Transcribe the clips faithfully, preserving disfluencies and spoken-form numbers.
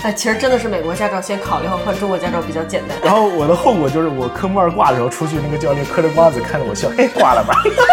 哎，其实真的是美国驾照先考虑后换中国驾照比较简单。 然后我的后果就是我科目二挂的时候出去，那个教练嗑着瓜子看着我笑，嘿，挂了吧。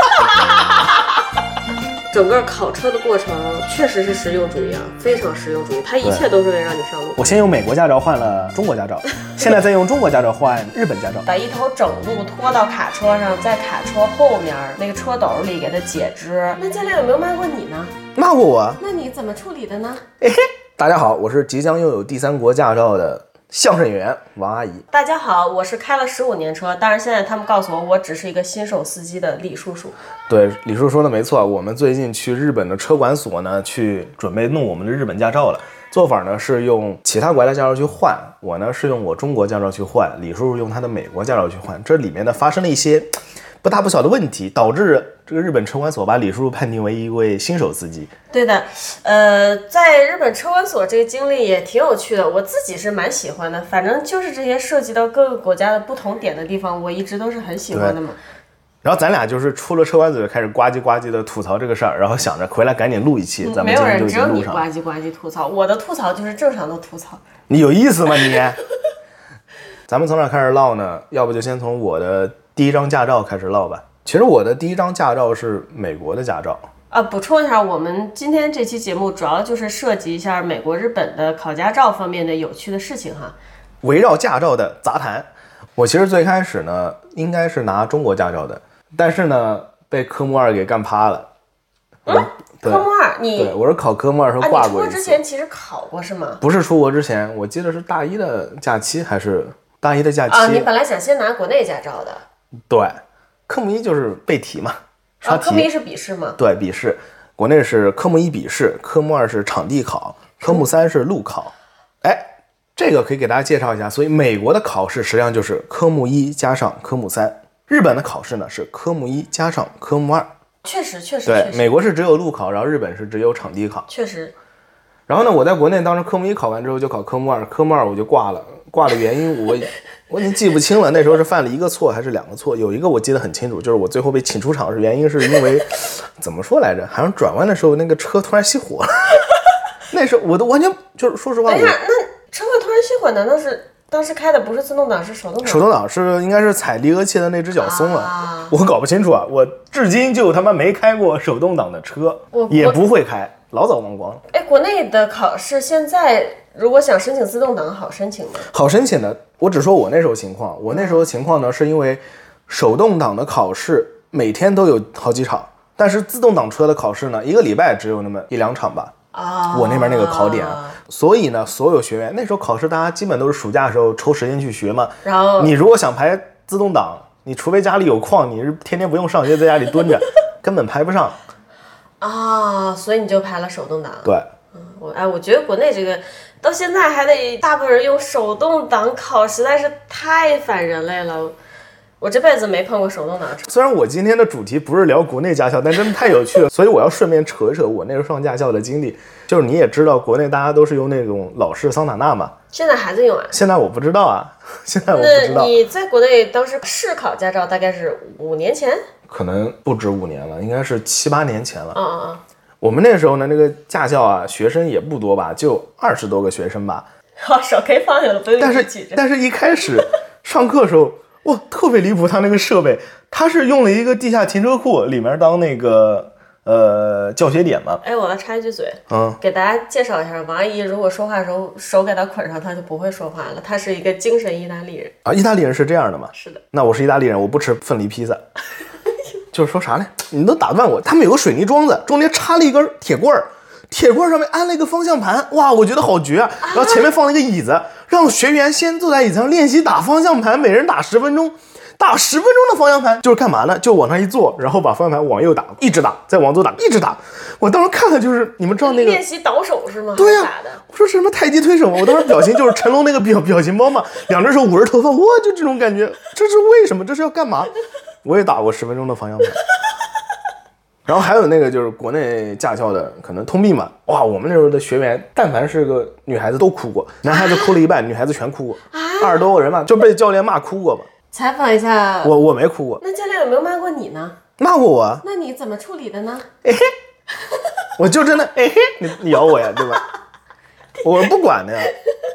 整个考车的过程确实是实用主义啊，非常实用主义，它一切都是为了让你上路。 我先用美国驾照换了中国驾照，现在再用中国驾照换日本驾照， 把一头整路拖到卡车上，在卡车后面那个车斗里给它解肢。那教练有没有骂过你呢？ 骂过我。 那你怎么处理的呢？ 嘿嘿，大家好，我是即将拥有第三国驾照的相声演员王阿姨。 大家好，我是开了十五年车，但是现在他们告诉我，我只是一个新手司机的李叔叔。 对，李叔说的没错，我们最近去日本的车管所呢，去准备弄我们的日本驾照了。做法呢是用其他国家驾照去换，我呢是用我中国驾照去换，李叔叔用他的美国驾照去换。这里面呢发生了一些不大不小的问题，导致这个日本车管所把李叔叔判定为一位新手司机。 对的，呃，在日本车管所这个经历也挺有趣的，我自己是蛮喜欢的。反正就是这些涉及到各个国家的不同点的地方，我一直都是很喜欢的嘛。 然后咱俩就是出了车管所就开始呱唧呱唧的吐槽这个事儿，然后想着回来赶紧录一期，咱们今天就已经录上。 没有人，只有你呱唧呱唧吐槽，我的吐槽就是正常的吐槽。 你有意思吗你？咱们从哪开始唠呢？要不就先从我的第一张驾照开始唠吧。其实我的第一张驾照是美国的驾照啊。补充一下，我们今天这期节目主要就是涉及一下美国、日本的考驾照方面的有趣的事情哈， 围绕驾照的杂谈。我其实最开始呢，应该是拿中国驾照的，但是呢，被科目二给干趴了。 嗯，科目二，你对，我是考科目二时候挂过一次。 啊，你出国之前其实考过是吗？ 不是出国之前，我记得是大一的假期还是大一的假期啊？你本来想先拿国内驾照的。 对。科目一就是背题嘛，刷题。 啊、科目一是笔试吗？ 对，笔试。国内是科目一笔试，科目二是场地考，科目三是路考。哎，这个可以给大家介绍一下。所以美国的考试实际上就是科目一加上科目三，日本的考试呢是科目一加上科目二。 确实，确实。 对，美国是只有路考，然后日本是只有场地考。 确实。 然后呢，我在国内当时科目一考完之后就考科目二，科目二我就挂了。挂的原因我我已经记不清了，那时候是犯了一个错还是两个错？有一个我记得很清楚，就是我最后被请出场，是原因是因为怎么说来着？好像转弯的时候那个车突然熄火了。那时候我都完全就是说实话， 等一下，那车会突然熄火，难道是当时开的不是自动挡是手动挡？ 手动挡是应该是踩离合器的那只脚松了， 啊、 我搞不清楚啊，我至今就他妈没开过手动挡的车，也不会开。老早忘光了。 哎，国内的考试现在如果想申请自动挡，好申请吗？ 好申请的。我只说我那时候情况，我那时候情况呢，是因为手动挡的考试每天都有好几场，但是自动挡车的考试呢，一个礼拜只有那么一两场吧。 啊， 我那边那个考点，所以呢，所有学员那时候考试，大家基本都是暑假的时候抽时间去学嘛。 然后你如果想排自动挡，你除非家里有矿，你是天天不用上学，在家里蹲着，根本排不上。 啊，所以你就排了手动挡。 对， 嗯，我哎，我觉得国内这个到现在还得大部分人用手动挡考，实在是太反人类了。我这辈子没碰过手动挡车。 虽然我今天的主题不是聊国内驾校，但真的太有趣了，所以我要顺便扯一扯我那时候上驾校的经历。就是你也知道，国内大家都是用那种老式桑塔纳嘛。 现在还在用啊？ 现在我不知道啊，现在我不知道。 那你在国内当时试考驾照大概是五年前？ 可能不止五年了，应该是七八年前了。 嗯嗯嗯。 我们那时候呢，那个驾校啊，学生也不多吧，就二十多个学生吧。 好，手可以放下了，不用但是但是一开始上课的时候，哇，特别离谱，他那个设备，他是用了一个地下停车库，里面当那个呃教学点嘛。 哎，我要插一句嘴， 嗯， 给大家介绍一下，王阿姨如果说话的时候手给她捆上，她就不会说话了。她是一个精神意大利人啊，意大利人是这样的吗？ 是的。 那我是意大利人，我不吃凤梨披萨。就是说啥呢？你都打断我。他们有个水泥桩子，中间插了一根铁棍儿，铁棍上面安了一个方向盘，哇，我觉得好绝啊！然后前面放了一个椅子，让学员先坐在椅子上练习打方向盘，每人打十分钟。打十分钟的方向盘就是干嘛呢？就往上一坐，然后把方向盘往右打，一直打，再往左打，一直打。我当时看的就是，你们知道那个练习倒手是吗？ 对呀、啊，我说什么太极推手吗？我当时表情就是成龙那个表表情包嘛，两只手捂着头发，哇，就这种感觉。这是为什么？这是要干嘛？我也打过十分钟的方向盘。然后还有那个就是国内驾校的可能通病嘛，哇，我们那时候的学员，但凡是个女孩子都哭过，男孩子哭了一半，女孩子全哭过，二十多个人嘛，就被教练骂哭过嘛。 采访一下， 我我没哭过。 那教练有没有骂过你呢？ 骂过我啊。 那你怎么处理的呢？ 哎嘿，我就真的哎嘿，你你咬我呀，对吧？我不管的呀。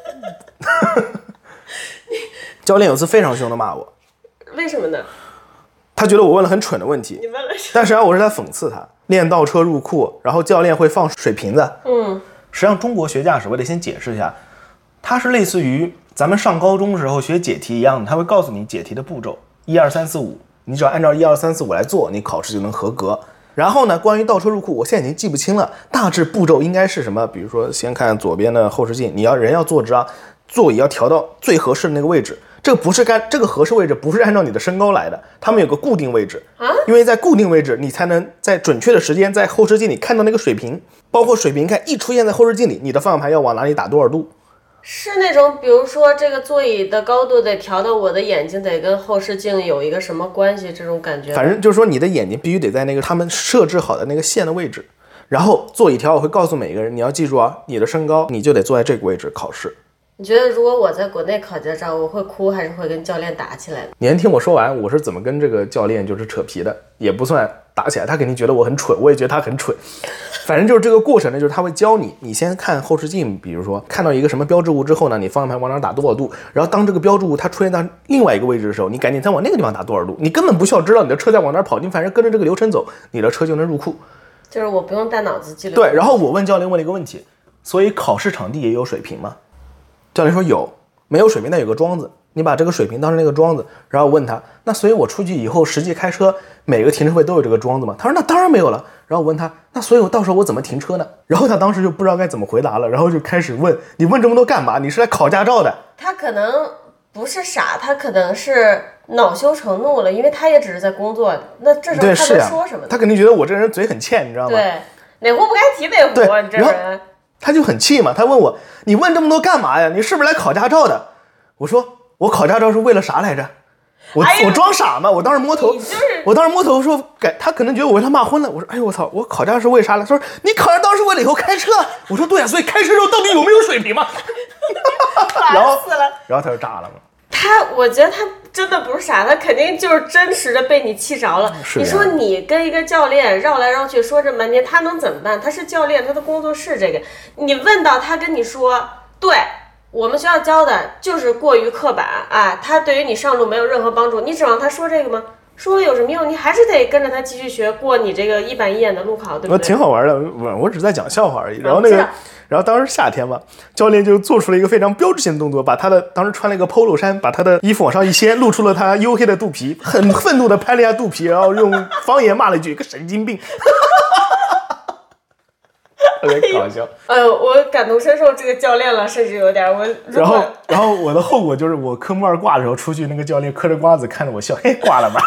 教练有次非常凶的骂我， 为什么呢？ 他觉得我问了很蠢的问题， 你问了什么？ 但实际上我是在讽刺他。练倒车入库，然后教练会放水瓶子。 嗯， 实际上中国学驾驶，我得先解释一下，它是类似于咱们上高中的时候学解题一样的，他会告诉你解题的步骤，一二三四五，你只要按照一二三四五来做，你考试就能合格。然后呢，关于倒车入库，我现在已经记不清了，大致步骤应该是什么？比如说，先看左边的后视镜，你要人要坐直啊，座椅要调到最合适的那个位置。这个不是干这个合适位置不是按照你的身高来的，他们有个固定位置啊，因为在固定位置，你才能在准确的时间在后视镜里看到那个水平，包括水平看一出现在后视镜里，你的方向盘要往哪里打多少度。 是那种，比如说这个座椅的高度得调到我的眼睛得跟后视镜有一个什么关系，这种感觉。 反正就是说你的眼睛必须得在那个他们设置好的那个线的位置，然后座椅调我会告诉每个人，你要记住啊，你的身高你就得坐在这个位置考试。 你觉得如果我在国内考驾照，我会哭还是会跟教练打起来的？ 你先听我说完，我是怎么跟这个教练就是扯皮的，也不算打起来，他肯定觉得我很蠢，我也觉得他很蠢。反正就是这个过程呢，就是他会教你，你先看后视镜，比如说看到一个什么标志物之后呢，你方向盘往哪打多少度，然后当这个标志物它出现到另外一个位置的时候，你赶紧再往那个地方打多少度，你根本不需要知道你的车在往哪跑，你反正跟着这个流程走，你的车就能入库。 就是我不用带脑子记录。 对，然后我问教练问了一个问题，所以考试场地也有水平吗？教练说有。没有水平，但有个桩子，你把这个水平当成那个桩子，然后我问他，那所以我出去以后实际开车，每个停车位都有这个桩子吗？他说那当然没有了。然后我问他，那所以我到时候我怎么停车呢？然后他当时就不知道该怎么回答了，然后就开始问，你问这么多干嘛？你是来考驾照的？ 他可能不是傻，他可能是恼羞成怒了，因为他也只是在工作，那这时候他能说什么呢？ 他肯定觉得我这人嘴很欠，你知道吗？ 对，哪壶不该提哪壶，你这人。 他就很气嘛，他问我，你问这么多干嘛呀？你是不是来考驾照的？我说我考驾照是为了啥来着？我、哎、我装傻吗？我当时摸头， 就是、 我当时摸头说，改他可能觉得我为他骂昏了。我说，哎呦我操，我考驾照是为啥了？他说你考驾照是为了以后开车。我说对啊，所以开车时候到底有没有水平嘛？然后死了， 然后他就炸了嘛。 他，我觉得他真的不是傻，他肯定就是真实的被你气着了。你说你跟一个教练绕来绕去说这半天，他能怎么办？他是教练，他的工作是这个。你问到他跟你说，对。我们学校教的就是过于刻板啊，他对于你上路没有任何帮助。你指望他说这个吗？说了有什么用？你还是得跟着他继续学，过你这个一板一眼的路考，对不对？ 挺好玩的，我我只是在讲笑话而已。然后那个，然后当时夏天嘛，教练就做出了一个非常标志性的动作，把他的当时穿了一个 polo 衫，把他的衣服往上一掀，露出了他黝黑的肚皮，很愤怒的拍了一下肚皮，然后用方言骂了一句：“个神经病。”特别搞笑。 呃，我感同身受这个教练了，甚至有点我。 然后，然后我的后果就是我科目二挂的时候出去，那个教练嗑着瓜子看着我笑，嘿，挂了吧。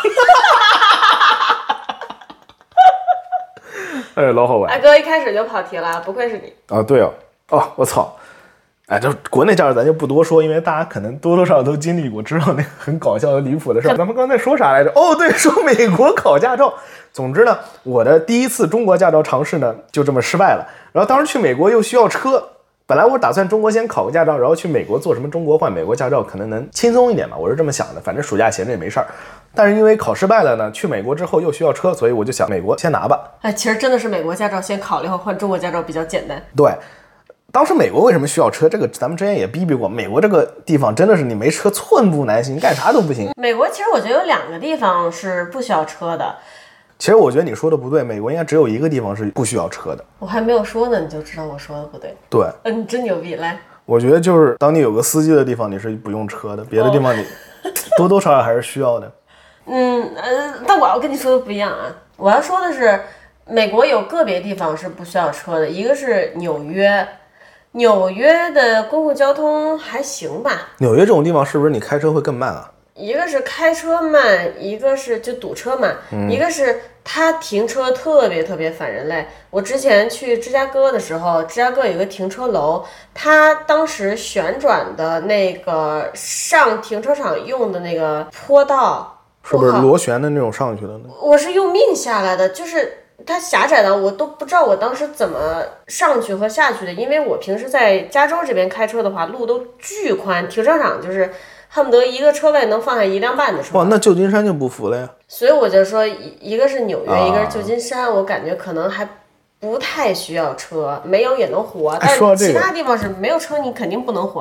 哎，老好玩。 哎，哥一开始就跑题了，不愧是你。 啊，对哦，哦，我操。哎，这国内驾照咱就不多说，因为大家可能多多少少都经历过，知道那个很搞笑的离谱的事儿。咱们刚才说啥来着？哦，对，说美国考驾照。总之呢，我的第一次中国驾照尝试呢，就这么失败了。然后当时去美国又需要车，本来我打算中国先考个驾照，然后去美国做什么中国换美国驾照，可能能轻松一点嘛，我是这么想的。反正暑假闲着也没事儿。但是因为考失败了呢，去美国之后又需要车，所以我就想美国先拿吧。 哎，其实真的是美国驾照先考了以后换中国驾照比较简单。 对。当时美国为什么需要车？这个咱们之前也逼逼过。美国这个地方真的是你没车寸步难行，你干啥都不行。 美国其实我觉得有两个地方是不需要车的。 其实我觉得你说的不对，美国应该只有一个地方是不需要车的。 我还没有说呢，你就知道我说的不对。 对， 嗯，你真牛逼，来。 我觉得就是当你有个司机的地方，你是不用车的，别的地方你多多少少还是需要的。 嗯呃，但我要跟你说的不一样啊，我要说的是，美国有个别地方是不需要车的，一个是纽约。纽约的公共交通还行吧？ 纽约这种地方是不是你开车会更慢啊？ 一个是开车慢，一个是就堵车慢，嗯、一个是它停车特别特别反人类。我之前去芝加哥的时候，芝加哥有一个停车楼，它当时旋转的那个上停车场用的那个坡道， 是不是螺旋的那种上去的呢？ 我是用命下来的，就是。它狭窄的，我都不知道我当时怎么上去和下去的，因为我平时在加州这边开车的话，路都巨宽，停车场就是恨不得一个车位能放下一辆半的车。 哇，那旧金山就不服了呀！ 所以我就说，一个是纽约，啊、一个是旧金山，我感觉可能还不太需要车，没有也能活。但是其他地方是没有车，你肯定不能活了。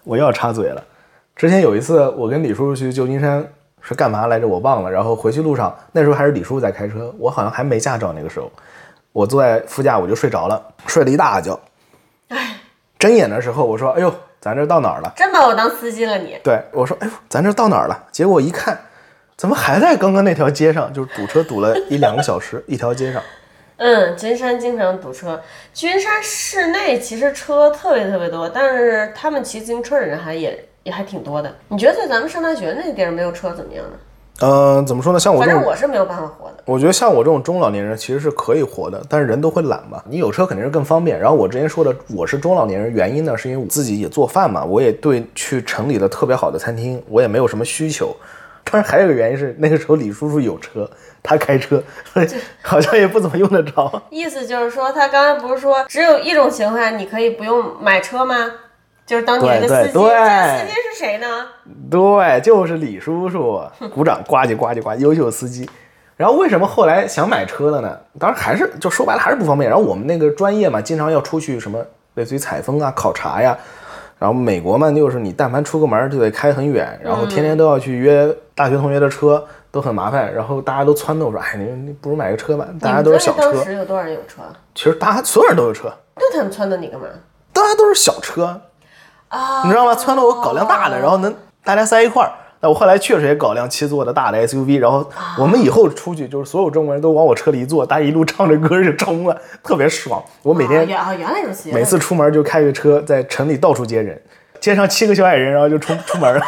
我又要插嘴了。之前有一次我跟李叔叔去旧金山是干嘛来着我忘了，然后回去路上那时候还是李叔叔在开车，我好像还没驾照那个时候，我坐在副驾我就睡着了，睡了一大觉。哎，睁眼的时候我说哎呦咱这到哪儿了， 真把我当司机了你。 对，我说哎呦咱这到哪儿了，结果一看怎么还在刚刚那条街上，就是堵车堵了一两个小时一条街上。 嗯，金山经常堵车。金山市内其实车特别特别多，但是他们骑自行车的人还也也还挺多的。你觉得在咱们上大学那地儿没有车怎么样呢？ 嗯、呃，怎么说呢？像我这种， 反正我是没有办法活的。 我觉得像我这种中老年人其实是可以活的，但是人都会懒嘛。你有车肯定是更方便。然后我之前说的我是中老年人，原因呢是因为我自己也做饭嘛，我也对去城里的特别好的餐厅我也没有什么需求。当然还有一个原因是那个时候李叔叔有车，他开车，所以好像也不怎么用得着。 意思就是说，他刚才不是说只有一种情况你可以不用买车吗？就是当年的司机。 对对对， 这个司机是谁呢？ 对，就是李叔叔，鼓掌，呱唧呱唧呱，优秀司机。然后为什么后来想买车了呢？当然还是就说白了还是不方便。然后我们那个专业嘛，经常要出去什么类似于采风啊、考察呀。然后美国嘛，就是你但凡出个门就得开很远，然后天天都要去约大学同学的车，都很麻烦。然后大家都撺掇说：“哎，你你不如买个车吧。”大家都是小车。 当时有多少人有车？ 其实大家所有人都有车。 那他们撺掇你干嘛？ 大家都是小车啊，你知道吗？撺掇我搞辆大的，然后能大家塞一块儿。那我后来确实也搞辆七座的大的 S U V， 然后我们以后出去就是所有中国人都往我车里一坐，大家一路唱着歌就冲了，特别爽。我每天啊，原来如此， 每次出门就开个车在城里到处接人，接上七个小矮人，然后就出出门了。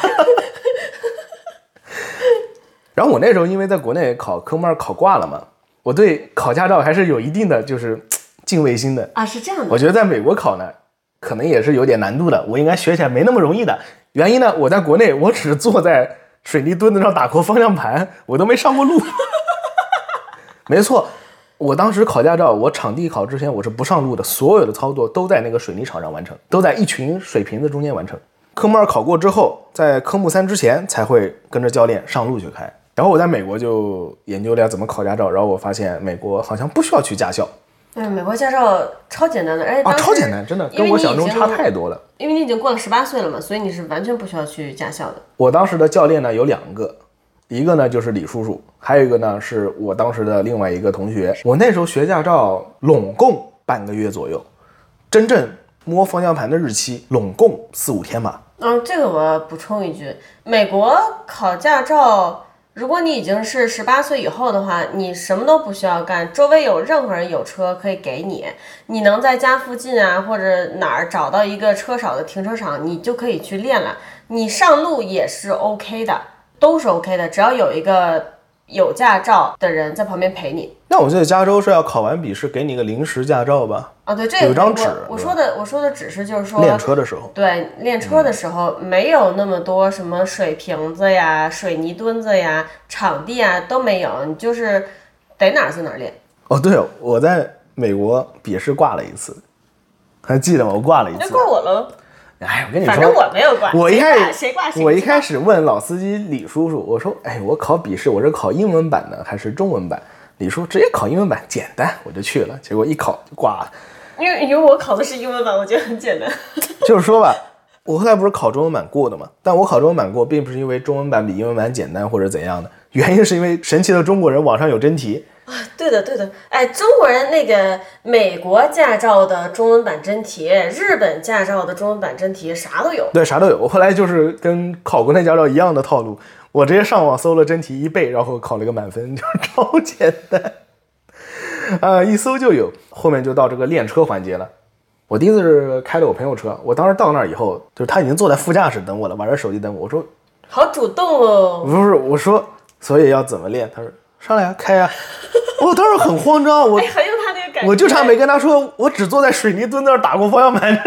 然后我那时候因为在国内考科目二考挂了嘛，我对考驾照还是有一定的就是敬畏心的啊，是这样的。 我觉得在美国考呢，可能也是有点难度的，我应该学起来没那么容易的。原因呢，我在国内我只是坐在水泥墩子上打过方向盘，我都没上过路。没错，我当时考驾照，我场地考之前我是不上路的，所有的操作都在那个水泥场上完成，都在一群水瓶子中间完成。科目二考过之后，在科目三之前才会跟着教练上路去开。然后我在美国就研究了怎么考驾照，然后我发现美国好像不需要去驾校。 对，美国驾照超简单的，而且啊，超简单，真的跟我想中差太多了。 因为你已经过了十八岁了嘛，所以你是完全不需要去驾校的。 我当时的教练呢有两个，一个呢就是李叔叔，还有一个呢是我当时的另外一个同学。我那时候学驾照拢共半个月左右，真正摸方向盘的日期拢共四五天吧。 嗯，这个我补充一句，美国考驾照，如果你已经是十八岁以后的话，你什么都不需要干，周围有任何人有车可以给你，你能在家附近啊或者哪儿找到一个车少的停车场，你就可以去练了。你上路也是 OK 的，都是 OK 的，只要有一个有驾照的人在旁边陪你。 那我记得加州是要考完笔试给你个临时驾照吧？ 啊，对，这个有张纸。 我, 我说的我说的只是就是说练车的时候， 对，练车的时候、嗯、没有那么多什么水瓶子呀、水泥墩子呀、场地啊都没有，你就是得哪儿就哪儿练。 哦，对，我在美国笔试挂了一次，还记得吗？我挂了一次。 你就怪我了。 哎，我跟你说， 反正我没有挂。 我一开始谁挂谁我一开始问老司机李叔叔，我说：“哎，我考笔试，我是考英文版的还是中文版？”李叔直接考英文版，简单，我就去了。结果一考就挂了。 因为因为我考的是英文版，我觉得很简单。 就是说吧，我后来不是考中文版过的嘛？但我考中文版过，并不是因为中文版比英文版简单或者怎样的，原因是因为神奇的中国人网上有真题。 啊，对的对的，哎，中国人那个美国驾照的中文版真题，日本驾照的中文版真题，啥都有。 对，啥都有。我后来就是跟考国内驾照一样的套路，我直接上网搜了真题一背，然后考了个满分，就超简单。啊、呃，一搜就有。后面就到这个练车环节了。我第一次是开了我朋友车，我当时到那儿以后，就是他已经坐在副驾驶等我了，玩着手机等我。我说， 好主动哦。 不是，我说，所以要怎么练？他说上来啊，开啊。我当时很慌张，我、 哎、很有他那个感觉， 我就差没跟他说，我只坐在水泥墩那儿打过方向盘。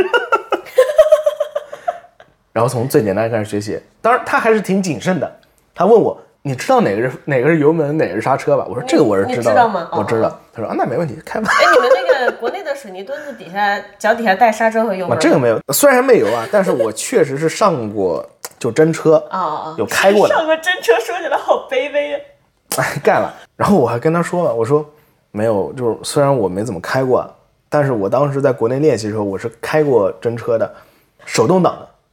然后从最简单开始学习，当然他还是挺谨慎的。他问我，你知道哪个是哪个是油门，哪个是刹车吧？我说这个我是知道的。 你知道吗？ 我知道。哦、他说啊，那没问题，开吧。 哎，你们那个国内的水泥墩子底下脚底下带刹车和油门？ 这个没有，虽然没有啊，但是我确实是上过就真车啊、哦， 有开过的。 上过真车，说起来好卑微啊。 哎，干了。然后我还跟他说了，我说没有，就是虽然我没怎么开过，但是我当时在国内练习的时候，我是开过真车的，手动挡的。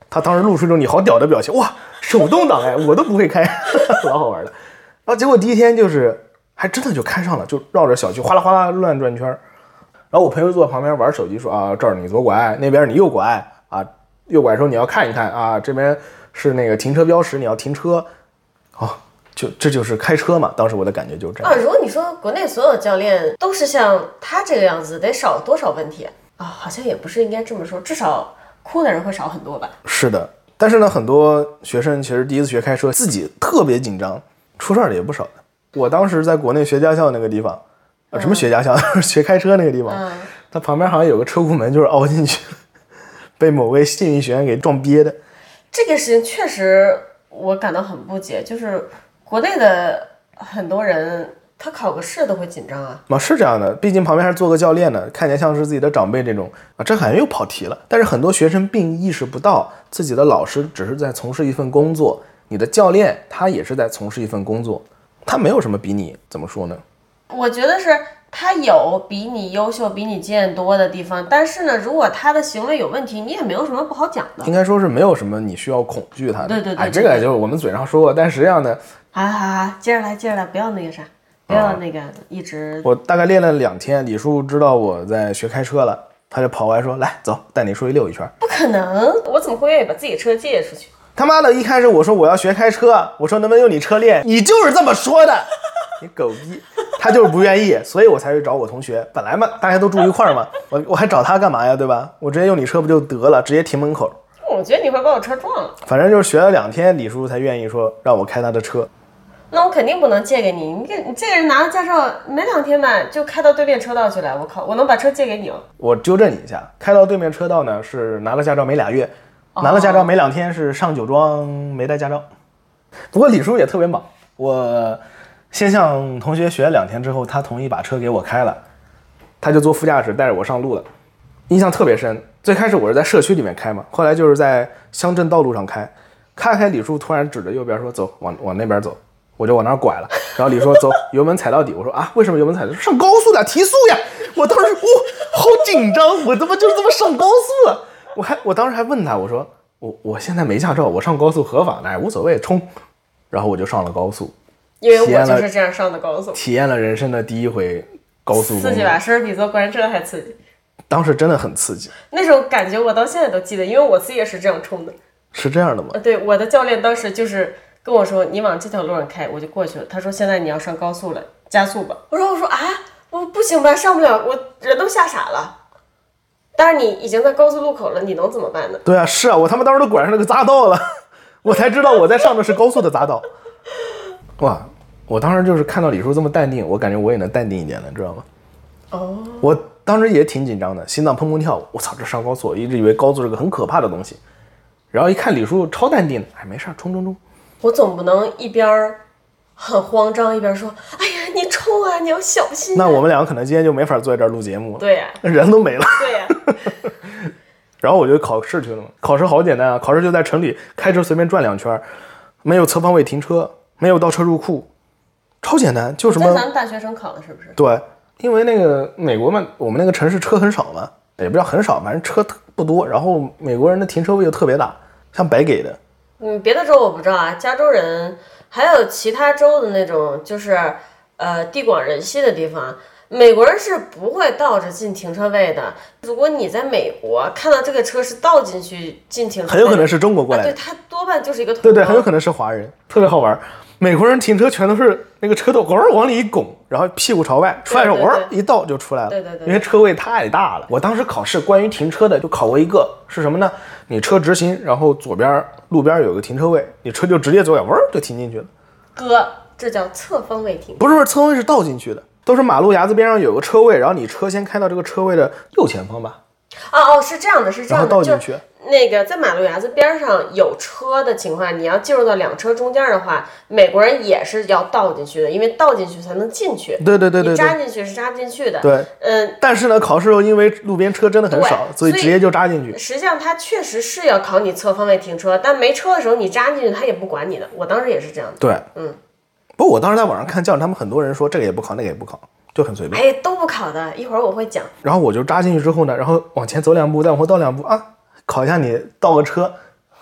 他当时露出一种你好屌的表情，哇，手动挡哎，我都不会开，老好玩了。然后结果第一天就是还真的就开上了，就绕着小区哗啦哗啦乱转圈。然后我朋友坐在旁边玩手机说啊，这儿你左拐，那边你右拐啊，右拐的时候你要看一看啊，这边是那个停车标识，你要停车。哦，就这就是开车嘛，当时我的感觉就是这样。 啊，如果你说国内所有教练都是像他这个样子，得少多少问题啊？好像也不是应该这么说，至少哭的人会少很多吧？ 是的，但是呢，很多学生其实第一次学开车，自己特别紧张，出事儿的也不少的。我当时在国内学驾校那个地方，啊，什么学驾校？嗯、学开车那个地方，嗯、它旁边好像有个车库门，就是凹进去，被某位幸运学员给撞憋的。 这个事情确实我感到很不解，就是国内的很多人。他考个试都会紧张啊？ 嘛是这样的，毕竟旁边还做个教练呢，看起来像是自己的长辈这种啊，这好像又跑题了。但是很多学生并意识不到自己的老师只是在从事一份工作，你的教练他也是在从事一份工作，他没有什么比你怎么说呢？ 我觉得是他有比你优秀、比你经验多的地方，但是呢，如果他的行为有问题，你也没有什么不好讲的。 应该说是没有什么你需要恐惧他的。 对对 对, 对, 哎，这个就是我们嘴上说过，但实际上呢， 好好好，接着来，接着来，不要那个啥。不要那个一直。 我大概练了两天，李叔知道我在学开车了，他就跑过来说：“来，走，带你出去溜一圈。” 不可能，我怎么会愿意把自己的车借出去？ 他妈的，一开始我说我要学开车，我说能不能用你车练，你就是这么说的，你狗逼！他就是不愿意，所以我才去找我同学。本来嘛，大家都住一块儿嘛，我我还找他干嘛呀，对吧？我直接用你车不就得了，直接停门口。 我觉得你会把我车撞了。 反正就是学了两天，李叔才愿意说让我开他的车。 那我肯定不能借给你，你你这个人拿了驾照没两天吧，就开到对面车道去了。我靠，我能把车借给你哦？ 我纠正你一下，开到对面车道呢是拿了驾照没俩月，拿了驾照没两天是上酒庄没带驾照。不过李叔也特别忙，我先向同学学了两天之后，他同意把车给我开了，他就坐副驾驶带着我上路了，印象特别深。最开始我是在社区里面开嘛，后来就是在乡镇道路上开，开开李叔突然指着右边说走，往往那边走。我就往那儿拐了，然后李说走，油门踩到底。我说啊，为什么油门踩到底？上高速的，提速呀！我当时哇、哦，好紧张，我他妈就这么上高速了。我还我当时还问他，我说我我现在没驾照，我上高速合法的，哎，无所谓，冲。然后我就上了高速， 因为我就是这样上的高速， 体验了人生的第一回高速， 刺激吧，声比坐过山车还刺激。 当时真的很刺激， 那种感觉我到现在都记得，因为我自己也是这样冲的。 是这样的吗？ 呃，对，我的教练当时就是跟我说，你往这条路上开，我就过去了。他说现在你要上高速了，加速吧。我说我说啊，我不行吧，上不了，我人都吓傻了。但是你已经在高速路口了，你能怎么办呢？ 对啊，是啊，我他妈当时都拐上那个匝道了，我才知道我在上的是高速的匝道。哇，我当时就是看到李叔这么淡定，我感觉我也能淡定一点了，知道吗？ 哦， 我当时也挺紧张的，心脏砰砰跳。我操，这上高速，我一直以为高速是个很可怕的东西。然后一看李叔超淡定，哎，没事，冲冲冲。 我总不能一边很慌张一边说，哎呀，你冲啊，你要小心、啊。 那我们两个可能今天就没法坐在这儿录节目了。 对呀、 啊，人都没了。 对呀、 啊。然后我就考试去了嘛，考试好简单啊，考试就在城里开车随便转两圈，没有侧方位停车，没有倒车入库，超简单，就什么。 在咱们大学生考的是不是？ 对，因为那个美国嘛，我们那个城市车很少嘛，也不叫很少，反正车不多，然后美国人的停车位又特别大，像白给的。 嗯，别的州我不知道啊，加州人还有其他州的那种，就是呃地广人稀的地方，美国人是不会倒着进停车位的。如果你在美国看到这个车是倒进去进停车位， 很有可能是中国过来的， 啊、对，他多半就是一个同对对，很有可能是华人，特别好玩。美国人停车全都是那个车头咣往里一拱，然后屁股朝外，出来的时候咣一倒就出来了。 对对对， 因为车位太大了。我当时考试关于停车的就考过一个是什么呢？你车直行，然后左边路边有个停车位，你车就直接左脚嗡就停进去了。 哥，这叫侧方位停。 不是不是，侧方位是倒进去的，都是马路牙子边上有个车位，然后你车先开到这个车位的右前方吧。 哦哦，是这样的，是这样的， 然后倒进去。 那个在马路牙子边上有车的情况，你要进入到两车中间的话，美国人也是要倒进去的，因为倒进去才能进去。 对对对 对, 对， 你扎进去是扎不进去的。 对， 嗯。 但是呢，考试时候因为路边车真的很少，所以直接就扎进去。 实际上，它确实是要考你侧方位停车，但没车的时候你扎进去，他也不管你的。我当时也是这样的。 对， 嗯。 不过我当时在网上看教练，他们很多人说这个也不考，那个也不考。就很随便， 哎，都不考的，一会儿我会讲。 然后我就扎进去之后呢，然后往前走两步，再往后倒两步啊，考一下你倒个车，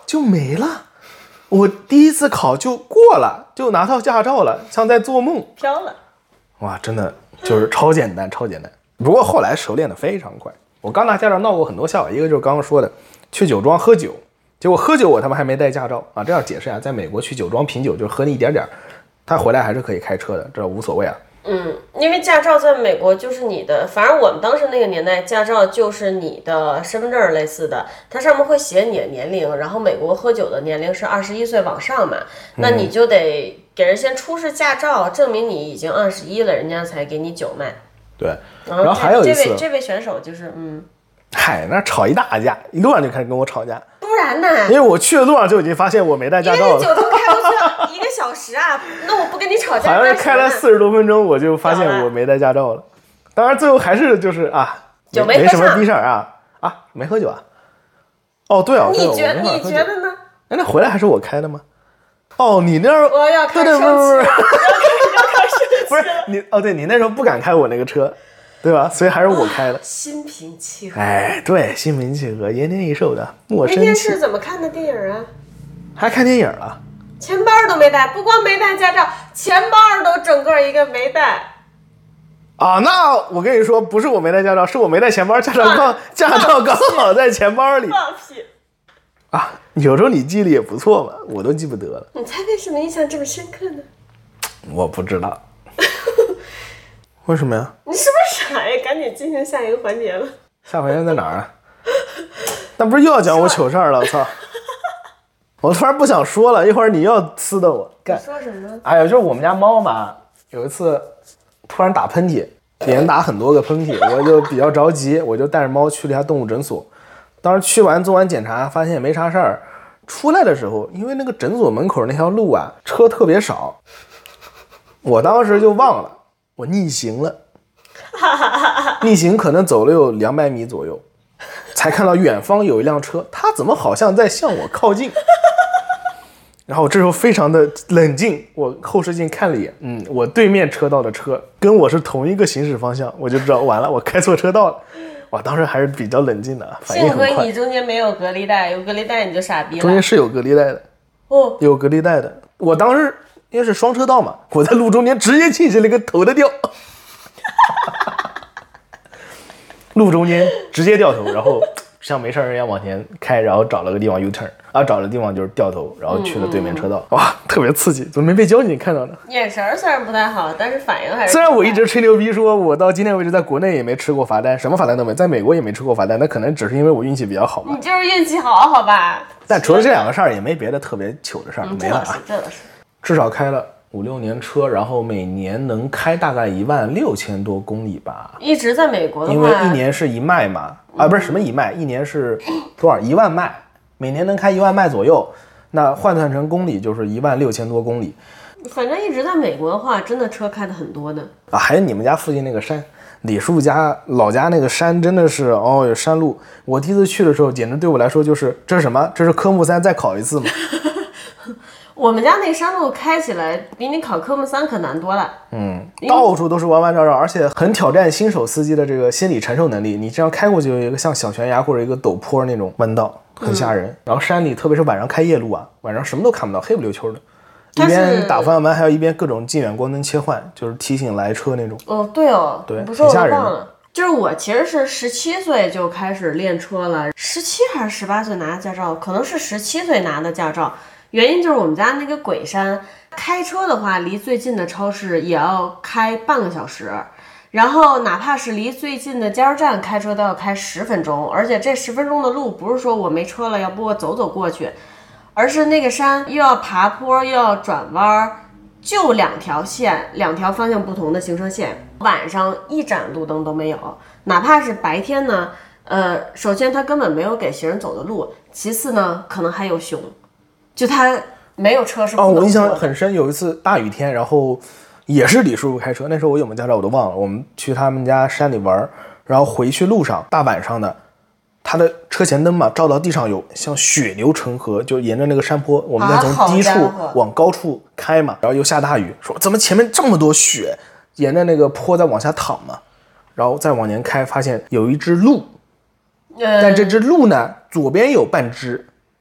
就没了。我第一次考就过了，就拿到驾照了，像在做梦， 飘了。 哇，真的就是超简单，超简单。不过后来熟练的非常快。我刚拿驾照闹过很多笑话，一个就是刚刚说的去酒庄喝酒，结果喝酒我他妈还没带驾照啊！这样解释啊，在美国去酒庄品酒就是喝那一点点，他回来还是可以开车的，这无所谓啊。 嗯，因为驾照在美国就是你的，反正我们当时那个年代，驾照就是你的身份证类似的，它上面会写你的年龄，然后美国喝酒的年龄是二十一岁往上嘛，那你就得给人先出示驾照，证明你已经二十一了，人家才给你酒卖。 对， 然后然后还有一次， 这位这位选手就是嗯， 嗨，那吵一大架，一路上就开始跟我吵架。 不然呢？ 因为我去的路上就已经发现我没带驾照了。 因为酒都开过去一个小时啊，那我不跟你吵架， 好像是开了四十多分钟，我就发现我没带驾照了。当然最后还是就是啊， 酒没没什么逼事儿啊啊，没喝酒啊。哦，对啊， 你觉你觉得呢？ 哎，那回来还是我开的吗？哦，你那儿我要开生气了， 不是你哦，对你那时候不敢开我那个车。对吧？所以还是我开的。 心平气和。 哎，对，心平气和，延年益寿的，莫生气。 那天是怎么看的电影啊？ 还看电影了？ 钱包都没带，不光没带驾照，钱包都整个一个没带。 啊，那我跟你说，不是我没带驾照，是我没带钱包，驾照刚驾照刚好在钱包里。 放屁！ 啊，有时候你记忆力也不错嘛，我都记不得了。 你猜为什么印象这么深刻呢？ 我不知道。为什么呀？ 你是不是傻呀？赶紧进行下一个环节了。 下环节在哪儿啊？那不是又要讲我糗事儿了？我操！我突然不想说了，一会儿你又要呲的我。干说什么？ 哎呀，就是我们家猫嘛，有一次突然打喷嚏，连打很多个喷嚏，我就比较着急，我就带着猫去了一下动物诊所。当时去完做完检查，发现也没啥事儿。出来的时候，因为那个诊所门口那条路啊，车特别少，我当时就忘了。我逆行了，逆行可能走了有两百米左右，才看到远方有一辆车，它怎么好像在向我靠近？然后我这时候非常的冷静，我后视镜看了一眼，嗯，我对面车道的车跟我是同一个行驶方向，我就知道完了，我开错车道了。哇，当时还是比较冷静的，反应很快。 幸亏你中间没有隔离带，有隔离带你就傻逼了。 中间是有隔离带的， 哦， 有隔离带的。我当时。因为是双车道嘛，我在路中间直接进行了一个头的掉，路中间直接掉头，然后像没事人一样往前开，然后找了个地方 U turn 啊，找了地方就是掉头，然后去了对面车道。嗯、哇，特别刺激，怎么没被交警看到呢？ 眼神虽然不太好，但是反应还是。 虽然我一直吹牛逼说我到今天为止在国内也没吃过罚单，什么罚单都没，在美国也没吃过罚单，那可能只是因为我运气比较好吧。 你就是运气好，好吧？ 但除了这两个事儿，也没别的特别糗的事儿、嗯，没了啊。 这倒是。 至少开了五六年车，然后每年能开大概一万六千多公里吧。 一直在美国的话， 因为一年是一迈嘛，啊，不是什么一迈，一年是多少？一万迈，每年能开一万迈左右。那换算成公里就是一万六千多公里。 反正一直在美国的话，真的车开的很多的啊。还有你们家附近那个山，李叔家老家那个山真的是哦，有山路。我第一次去的时候，简直对我来说就是这是什么？这是科目三再考一次吗？ 我们家那山路开起来比你考科目三可难多了。 嗯，到处都是弯弯绕绕，而且很挑战新手司机的这个心理承受能力。你这样开过去有一个像小悬崖或者一个陡坡那种弯道，很吓人。嗯、然后山里特别是晚上开夜路啊，晚上什么都看不到，黑不溜秋的。一边打方向盘，还有一边各种近远光灯切换，就是提醒来车那种。 哦，对哦， 对， 不说我很吓人忘了。就是我其实是十七岁就开始练车了，十七还是十八岁拿的驾照，可能是十七岁拿的驾照。原因就是我们家那个鬼山，开车的话离最近的超市也要开半个小时，然后哪怕是离最近的加油站开车都要开十分钟，而且这十分钟的路不是说我没车了要不我走走过去，而是那个山又要爬坡又要转弯，就两条线，两条方向不同的行车线，晚上一盏路灯都没有，哪怕是白天呢，呃，首先它根本没有给行人走的路，其次呢可能还有熊。就他没有车是不能哦，我印象很深，有一次大雨天，然后也是李叔叔开车，那时候我有没有驾照我都忘了。我们去他们家山里玩，然后回去路上大晚上的，他的车前灯嘛照到地上有像血流成河，就沿着那个山坡，我们在从低处往高处开嘛，然后又下大雨，说怎么前面这么多血，沿着那个坡在往下淌嘛，然后再往前开，发现有一只鹿，但这只鹿呢左边有半只。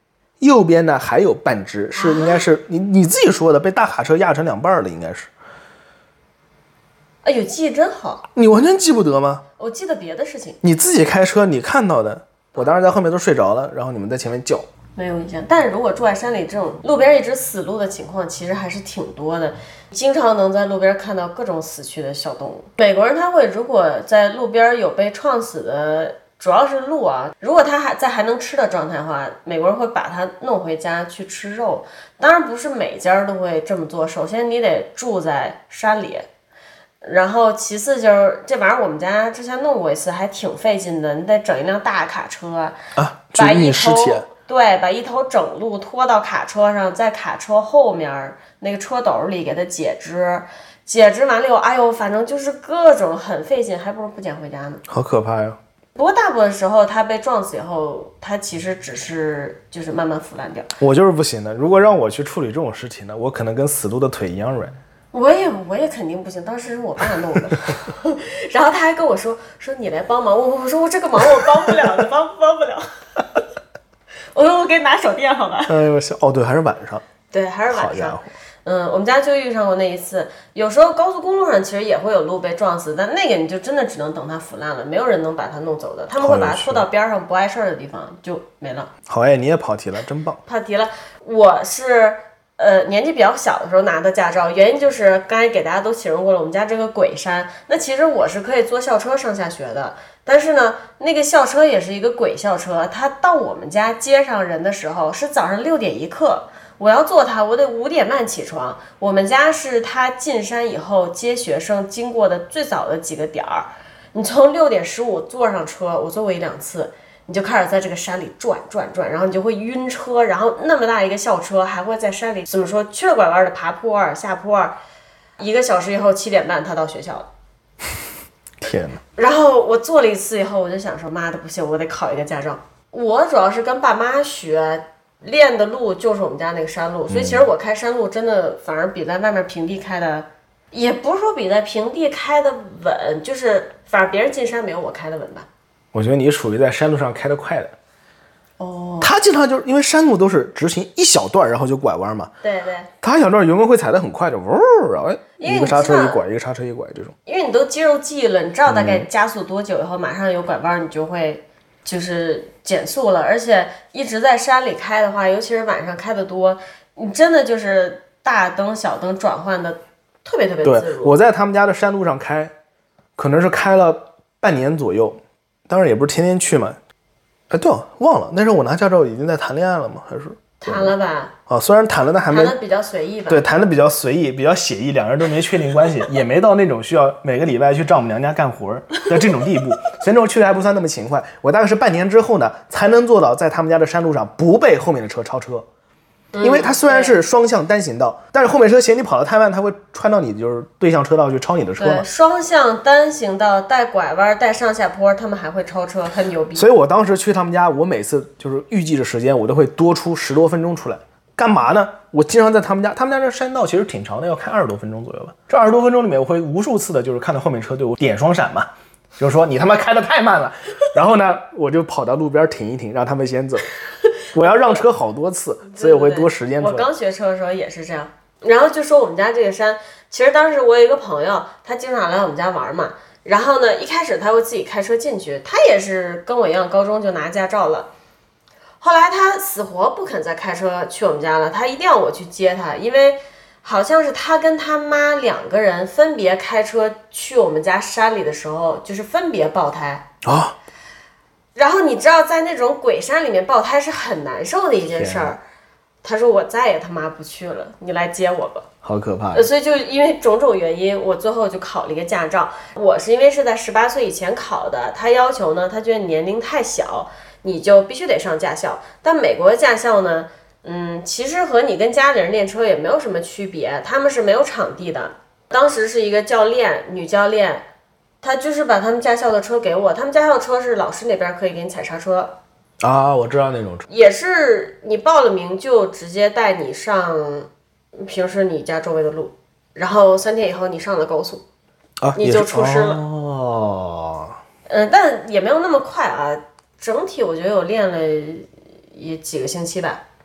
右边呢还有半只，是应该是你你自己说的，被大卡车压成两半了，应该是。 哎呦，记忆真好。 你完全记不得吗？ 我记得别的事情。 你自己开车你看到的，我当时在后面都睡着了，然后你们在前面叫。 没有印象，但是如果住在山里，这种路边一直死路的情况其实还是挺多的，经常能在路边看到各种死去的小动物。美国人他会如果在路边有被撞死的，主要是鹿啊，如果他还在还能吃的状态的话，美国人会把它弄回家去吃肉。当然不是每家都会这么做，首先你得住在山里，然后其次就是这玩意儿我们家之前弄过一次，还挺费劲的，你得整一辆大卡车啊， 把一头铁对，把一头整鹿拖到卡车上，在卡车后面那个车斗里给它解肢，解肢完了以后，哎呦，反正就是各种很费劲，还不如不捡回家呢。 好可怕呀！ 不过大部分时候，它被撞死以后，它其实只是就是慢慢腐烂掉。 我就是不行的，如果让我去处理这种尸体呢，我可能跟死鹿的腿一样软。 我也我也肯定不行，当时是我爸弄的，然后他还跟我说说你来帮忙，我我说我这个忙我帮不了的，帮帮不了。我说我给你拿手电好吧。 哎呦，哦对，还是晚上。 对，还是晚上。嗯，我们家就遇上过那一次。有时候高速公路上其实也会有鹿被撞死，但那个你就真的只能等它腐烂了，没有人能把它弄走的。他们会把它拖到边上不碍事儿的地方就没了。 好哎，你也跑题了，真棒。 跑题了，我是呃年纪比较小的时候拿的驾照，原因就是刚才给大家都形容过了，我们家这个鬼山，那其实我是可以坐校车上下学的。但是呢，那个校车也是一个鬼校车，它到我们家接上人的时候是早上六点一刻，我要坐它，我得五点半起床。我们家是它进山以后接学生经过的最早的几个点儿。你从六点十五坐上车，我坐过一两次，你就开始在这个山里转转转，然后你就会晕车，然后那么大一个校车还会在山里怎么说曲了拐弯的爬坡儿下坡儿，一个小时以后七点半他到学校了。 天哪！ 然后我做了一次以后，我就想说，妈的不行，我得考一个驾照。我主要是跟爸妈学，练的路就是我们家那个山路，所以其实我开山路真的反而比在外面平地开的，也不是说比在平地开的稳，就是反正别人进山没有我开的稳吧。 我觉得你属于在山路上开得快的。 哦， 他经常就是因为山路都是直行一小段，然后就拐弯嘛。 对对。 他小段油门会踩得很快，就呜，然后一个刹车一拐，一个刹车一拐这种。 因为你都肌肉记忆了，你知道大概加速多久以后，马上有拐弯，你就会就是减速了。而且一直在山里开的话，尤其是晚上开的多，你真的就是大灯小灯转换的特别特别自如。 对，我在他们家的山路上开，可能是开了半年左右，当然也不是天天去嘛。哎，对了，忘了那时候我拿驾照已经在谈恋爱了吗？还是谈了吧？ 啊，虽然谈了，但还没谈的比较随意吧？ 对，谈的比较随意，比较写意，两人都没确定关系，也没到那种需要每个礼拜去丈母娘家干活的这种地步。所以那时候去的还不算那么勤快。我大概是半年之后呢，才能做到在他们家的山路上不被后面的车超车。因为它虽然是双向单行道，但是后面车嫌你跑得太慢，它会穿到你就是对向车道去超你的车嘛。 对，双向单行道带拐弯带上下坡，他们还会超车，很牛逼。 所以我当时去他们家，我每次就是预计的时间，我都会多出十多分钟出来。干嘛呢？我经常在他们家，他们家这山道其实挺长的，要开二十多分钟左右吧。这二十多分钟里面，我会无数次的就是看到后面车对我点双闪嘛，就是说你他妈开得太慢了。然后呢，我就跑到路边停一停，让他们先走。我要让车好多次，所以我会多时间出来。 我刚学车的时候也是这样。然后就说我们家这个山，其实当时我有一个朋友，他经常来我们家玩嘛。然后呢，一开始他会自己开车进去，他也是跟我一样，高中就拿驾照了。后来他死活不肯再开车去我们家了，他一定要我去接他，因为好像是他跟他妈两个人分别开车去我们家山里的时候，就是分别爆胎啊。 然后你知道，在那种鬼山里面爆胎是很难受的一件事儿。他说我再也他妈不去了，你来接我吧。 好可怕。 呃，所以就因为种种原因，我最后就考了一个驾照。我是因为是在十八岁以前考的，他要求呢，他觉得年龄太小，你就必须得上驾校。但美国的驾校呢，嗯，其实和你跟家里人练车也没有什么区别，他们是没有场地的。当时是一个教练，女教练。他就是把他们驾校的车给我，他们驾校车是老师那边可以给你踩刹车啊，我知道那种车， 也是你报了名就直接带你上平时你家周围的路，然后三天以后你上了高速啊， 你就出师了哦。 嗯，但也没有那么快啊，整体我觉得我练了也几个星期吧。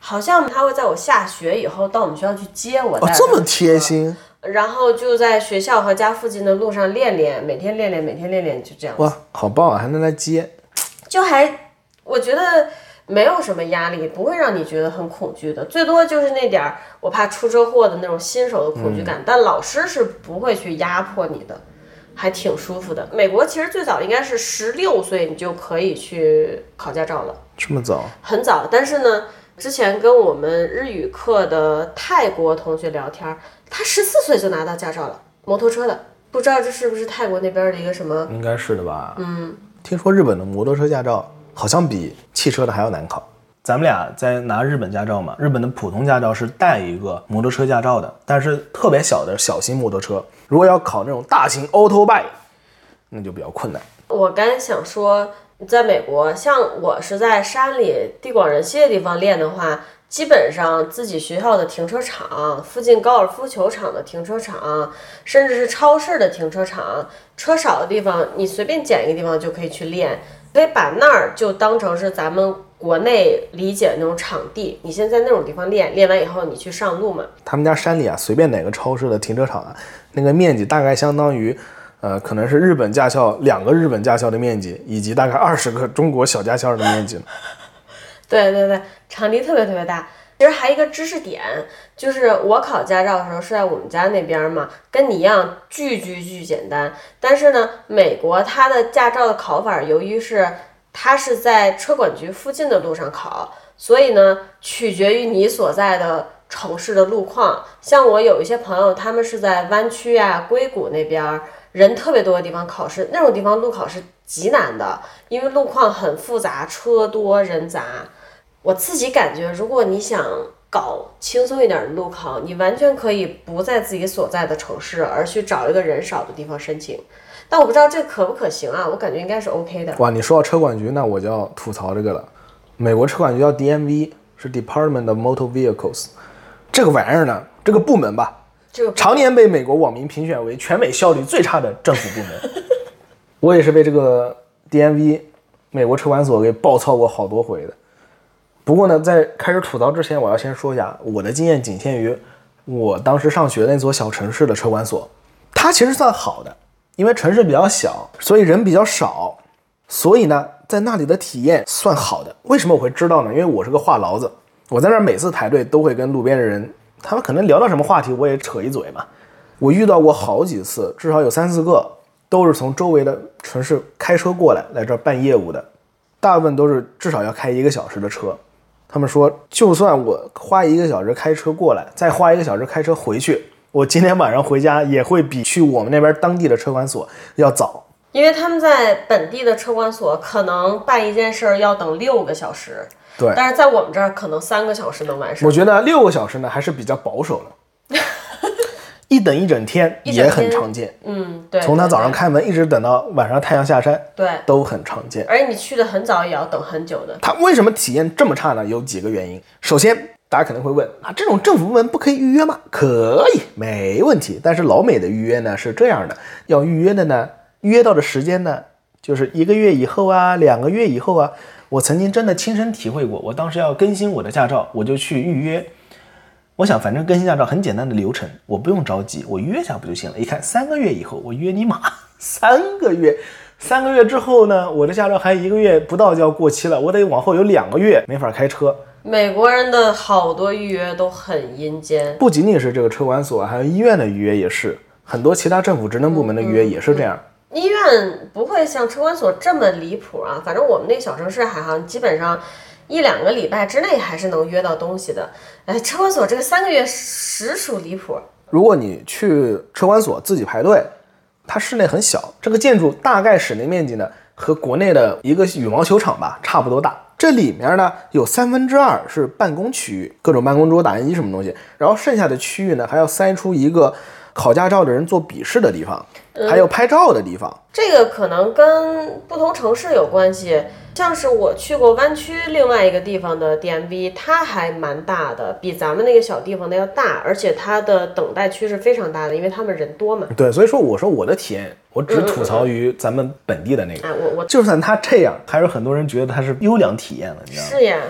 好像他会在我下学以后到我们学校去接我。 哦，这么贴心。 然后就在学校和家附近的路上练练，每天练练，每天练练，就这样。 哇，好棒啊，还能来接。 就还我觉得没有什么压力，不会让你觉得很恐惧的，最多就是那点我怕出车祸的那种新手的恐惧感、嗯、但老师是不会去压迫你的，还挺舒服的。美国其实最早应该是十六岁你就可以去考驾照了。 这么早？ 很早。但是呢，之前跟我们日语课的泰国同学聊天，他十四岁就拿到驾照了，摩托车的。不知道这是不是泰国那边的一个什么？ 应该是的吧。 嗯， 听说日本的摩托车驾照好像比汽车的还要难考。咱们俩在拿日本驾照嘛，日本的普通驾照是带一个摩托车驾照的，但是特别小的小型摩托车，如果要考那种大型 auto bike， 那就比较困难。 我刚想说，在美国，像我是在山里地广人稀的地方练的话，基本上自己学校的停车场、附近高尔夫球场的停车场，甚至是超市的停车场，车少的地方，你随便捡一个地方就可以去练，可以把那儿就当成是咱们国内理解的那种场地，你先在那种地方练，练完以后你去上路嘛。 他们家山里啊，随便哪个超市的停车场啊，那个面积大概相当于，呃，可能是日本驾校两个日本驾校的面积，以及大概二十个中国小驾校的面积。 对对对，场地特别特别大。其实还有一个知识点，就是我考驾照的时候是在我们家那边嘛，跟你一样巨巨巨简单。但是呢，美国它的驾照的考法，由于是它是在车管局附近的路上考，所以呢，取决于你所在的城市的路况。像我有一些朋友，他们是在湾区啊、硅谷那边人特别多的地方考试，那种地方路考是极难的，因为路况很复杂，车多人杂。我自己感觉，如果你想搞轻松一点的路考，你完全可以不在自己所在的城市，而去找一个人少的地方申请。但我不知道这可不可行啊，我感觉应该是 OK 的。 哇，你说到车管局，那我就要吐槽这个了。美国车管局叫 D M V， 是 Department of Motor Vehicles。这个玩意儿呢，这个部门吧， 这个常年被美国网民评选为全美效率最差的政府部门。我也是被这个 D M V 美国车管所给暴操过好多回的。不过呢，在开始吐槽之前，我要先说一下，我的经验仅限于我当时上学那所小城市的车管所，它其实算好的，因为城市比较小，所以人比较少，所以呢，在那里的体验算好的。为什么我会知道呢？因为我是个话痨子，我在那儿每次排队都会跟路边的人，他们可能聊到什么话题，我也扯一嘴嘛。我遇到过好几次，至少有三四个，都是从周围的城市开车过来，来这儿办业务的，大部分都是至少要开一个小时的车。他们说，就算我花一个小时开车过来，再花一个小时开车回去，我今天晚上回家也会比去我们那边当地的车管所要早。 因为他们在本地的车管所可能办一件事要等六个小时， 对， 但是在我们这儿可能三个小时能完事。 我觉得六个小时呢还是比较保守的。一等一整天也很常见， 嗯，对， 从他早上开门一直等到晚上太阳下山， 对， 都很常见。 而且你去的很早也要等很久的。 他为什么体验这么差呢？有几个原因。首先，大家可能会问啊，这种政府部门不可以预约吗？可以，没问题。但是老美的预约呢是这样的，要预约的呢，预约到的时间呢，就是一个月以后啊，两个月以后啊。我曾经真的亲身体会过，我当时要更新我的驾照，我就去预约。我想反正更新驾照很简单的流程，我不用着急，我约下不就行了。一看三个月以后，我约你妈三个月，三个月之后呢，我的驾照还一个月不到就要过期了，我得往后有两个月没法开车。 美国人的好多预约都很阴间， 不仅仅是这个车管所，还有医院的预约也是，很多其他政府职能部门的预约也是这样。 嗯嗯嗯、医院不会像车管所这么离谱啊，反正我们那个小城市还好，基本上一两个礼拜之内还是能约到东西的。哎，车管所这个三个月实属离谱。 如果你去车管所自己排队，它室内很小，这个建筑大概室内面积呢和国内的一个羽毛球场吧差不多大。这里面呢有三分之二是办公区域，各种办公桌、打印机什么东西，然后剩下的区域呢还要塞出一个考驾照的人做笔试的地方，还有拍照的地方。 嗯、这个可能跟不同城市有关系。像是我去过湾区另外一个地方的 D M V， 它还蛮大的，比咱们那个小地方的要大，而且它的等待区是非常大的，因为他们人多嘛。 对，所以说我说我的体验，我只吐槽于咱们本地的那个。 嗯嗯嗯、我我就算它这样，还是很多人觉得它是优良体验了，你知道吗？ 是呀。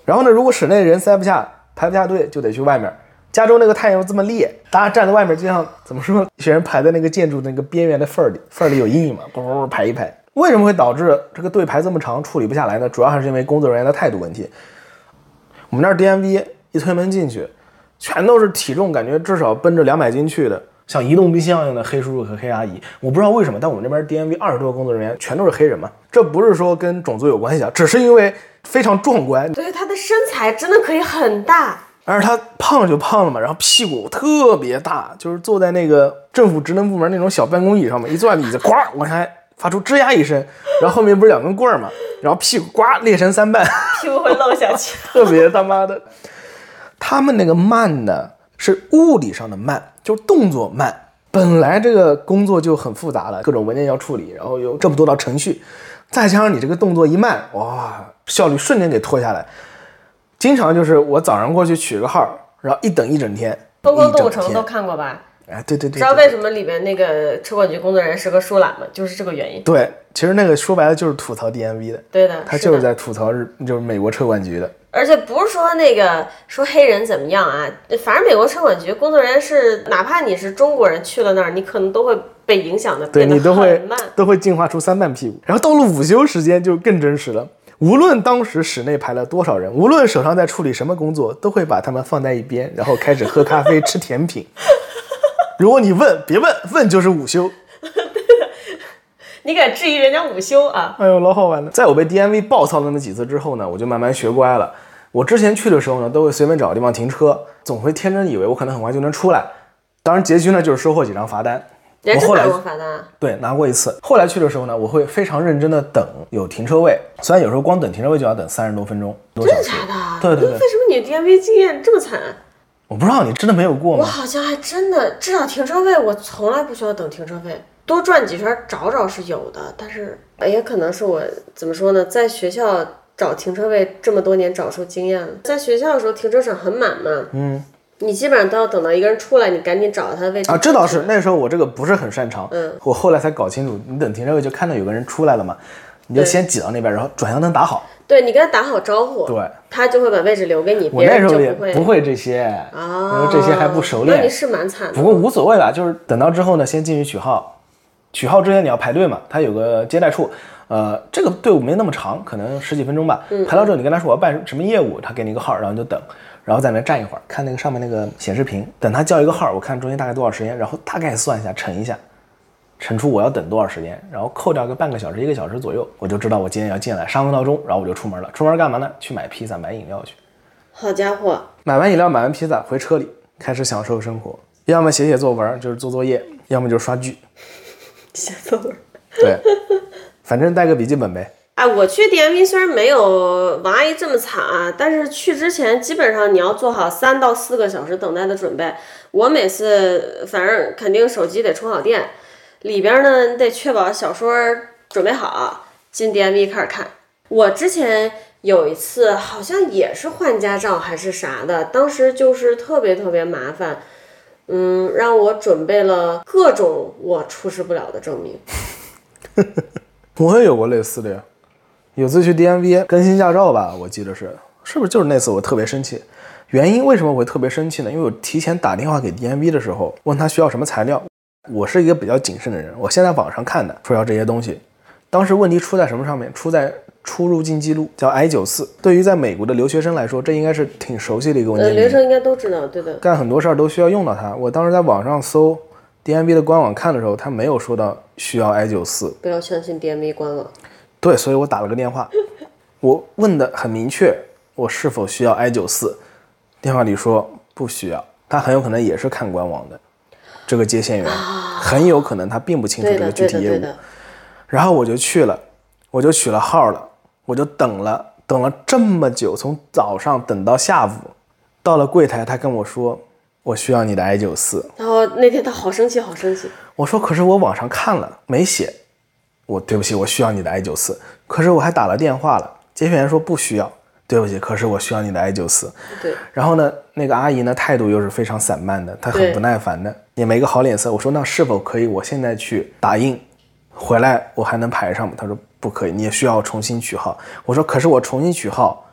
然后呢，如果室内人塞不下排不下队，就得去外面。加州那个太阳又这么烈，大家站在外面就像怎么说，一些人排在那个建筑那个边缘的缝里，缝里有阴影嘛，嘣嘣排一排。为什么会导致这个队排这么长处理不下来呢？主要还是因为工作人员的态度问题。我们那儿 D M V 一推门进去，全都是体重感觉至少奔着两百斤去的，像移动冰箱一样的黑叔叔和黑阿姨。我不知道为什么，但我们这边 D M V 二十多个工作人员全都是黑人嘛。这不是说跟种族有关系啊，只是因为非常壮观。 对，他的身材真的可以很大。 而他胖就胖了嘛，然后屁股特别大，就是坐在那个政府职能部门那种小办公椅上面，一坐在椅子，呱往下发出吱呀一声，然后后面不是两根棍儿嘛，然后屁股呱裂成三半， 屁股会漏下去， 特别他妈的。他们那个慢呢，是物理上的慢，就是动作慢。本来这个工作就很复杂了，各种文件要处理，然后有这么多道程序，再加上你这个动作一慢，哇，效率瞬间给拖下来。经常就是我早上过去取个号，然后一等一整天。 疯狂动物城都看过吧？ 哎，对对 对, 对, 对， 知道为什么里面那个车管局工作人员是个疏懒吗？就是这个原因。 对，其实那个说白了就是吐槽 D M V 的。 对的， 他就是在吐槽日，就是美国车管局的。 而且不是说那个说黑人怎么样啊，反正美国车管局工作人员是，哪怕你是中国人去了那儿，你可能都会被影响的， 对你都会慢， 都会进化出三半屁股。然后到了午休时间就更真实了。无论当时室内排了多少人，无论手上在处理什么工作，都会把他们放在一边，然后开始喝咖啡吃甜品。如果你问，别问，问就是午休。 你敢质疑人家午休啊？ 哎呦，老好玩了。在我被 D M V 暴操了那几次之后呢，我就慢慢学乖了。我之前去的时候呢，都会随便找个地方停车，总会天真以为我可能很快就能出来。当然结局呢就是收获几张罚单。 人真拿过罚单啊？ 对，拿过一次。后来去的时候呢，我会非常认真的等有停车位，虽然有时候光等停车位就要等三十多分钟，多小时。 真的假的？ 对对对。 为什么你 D M V 经验这么惨？ 我不知道，你真的没有过吗？ 我好像还真的，至少停车位我从来不需要等停车位，多转几圈找找是有的，但是也可能是我怎么说呢，在学校找停车位这么多年找出经验了。在学校的时候停车场很满嘛， 嗯。 你基本上都要等到一个人出来，你赶紧找到他的位置啊。这倒是，那时候我这个不是很擅长， 嗯， 我后来才搞清楚，你等停车位就看到有个人出来了嘛，你就先挤到那边，然后转向灯打好。 对，你跟他打好招呼， 对， 他就会把位置留给你。 我那时候也别人就不会这些啊，因为这些还不熟练。 那你是蛮惨的。 不过无所谓啦，就是等到之后呢，先进去取号，取号之前你要排队嘛，他有个接待处。呃，这个队伍没那么长，可能十几分钟吧。 嗯、 排到之后，你跟他说我要办什么业务，他给你一个号，然后你就等，然后在那站一会儿，看那个上面那个显示屏，等他叫一个号，我看中间大概多少时间，然后大概算一下，乘一下，乘出我要等多少时间，然后扣掉个半个小时、一个小时左右，我就知道我今天要进来，上个闹钟，然后我就出门了。出门干嘛呢？去买披萨、买饮料去。 好家伙！ 买完饮料、买完披萨，回车里开始享受生活，要么写写作文，就是做作业，要么就刷剧。 写作文。 对。反正带个笔记本呗。 哎，我去 D M V 虽然没有王阿姨这么惨啊，但是去之前基本上你要做好三到四个小时等待的准备。我每次反正肯定手机得充好电，里边呢得确保小说准备好，进 D M V 开始看。我之前有一次好像也是换驾照还是啥的，当时就是特别特别麻烦，嗯，让我准备了各种我出示不了的证明。 我也有过类似的呀，有次去 D M V 更新驾照吧，我记得是，是不是就是那次我特别生气？原因为什么我会特别生气呢？因为我提前打电话给 D M V 的时候，问他需要什么材料，我是一个比较谨慎的人，我先在网上看的，说要这些东西。当时问题出在什么上面？出在出入境记录，叫 I 九四。对于在美国的留学生来说，这应该是挺熟悉的一个文件。 呃，留学生应该都知道，对的。 干很多事儿都需要用到它。我当时在网上搜 D M V 的官网看的时候，他没有说到需要 I 九四。 不要相信 D M V 官网。 对，所以我打了个电话，我问的很明确，我是否需要 I 九四？电话里说不需要，他很有可能也是看官网的，这个接线员、啊、很有可能他并不清楚这个具体业务。然后我就去了，我就取了号了，我就等了，等了这么久，从早上等到下午，到了柜台，他跟我说我需要你的 I 九四。 然后那天他好生气，好生气。 我说可是我网上看了没写。我对不起，我需要你的 I 九四，可是我还打了电话了，接线员说不需要，对不起，可是我需要你的 I 九四。 对， 然后呢，那个阿姨呢态度又是非常散漫的，她很不耐烦的，也没个好脸色。我说那是否可以我现在去打印，回来我还能排上吗？她说不可以，你也需要重新取号。我说可是我重新取号，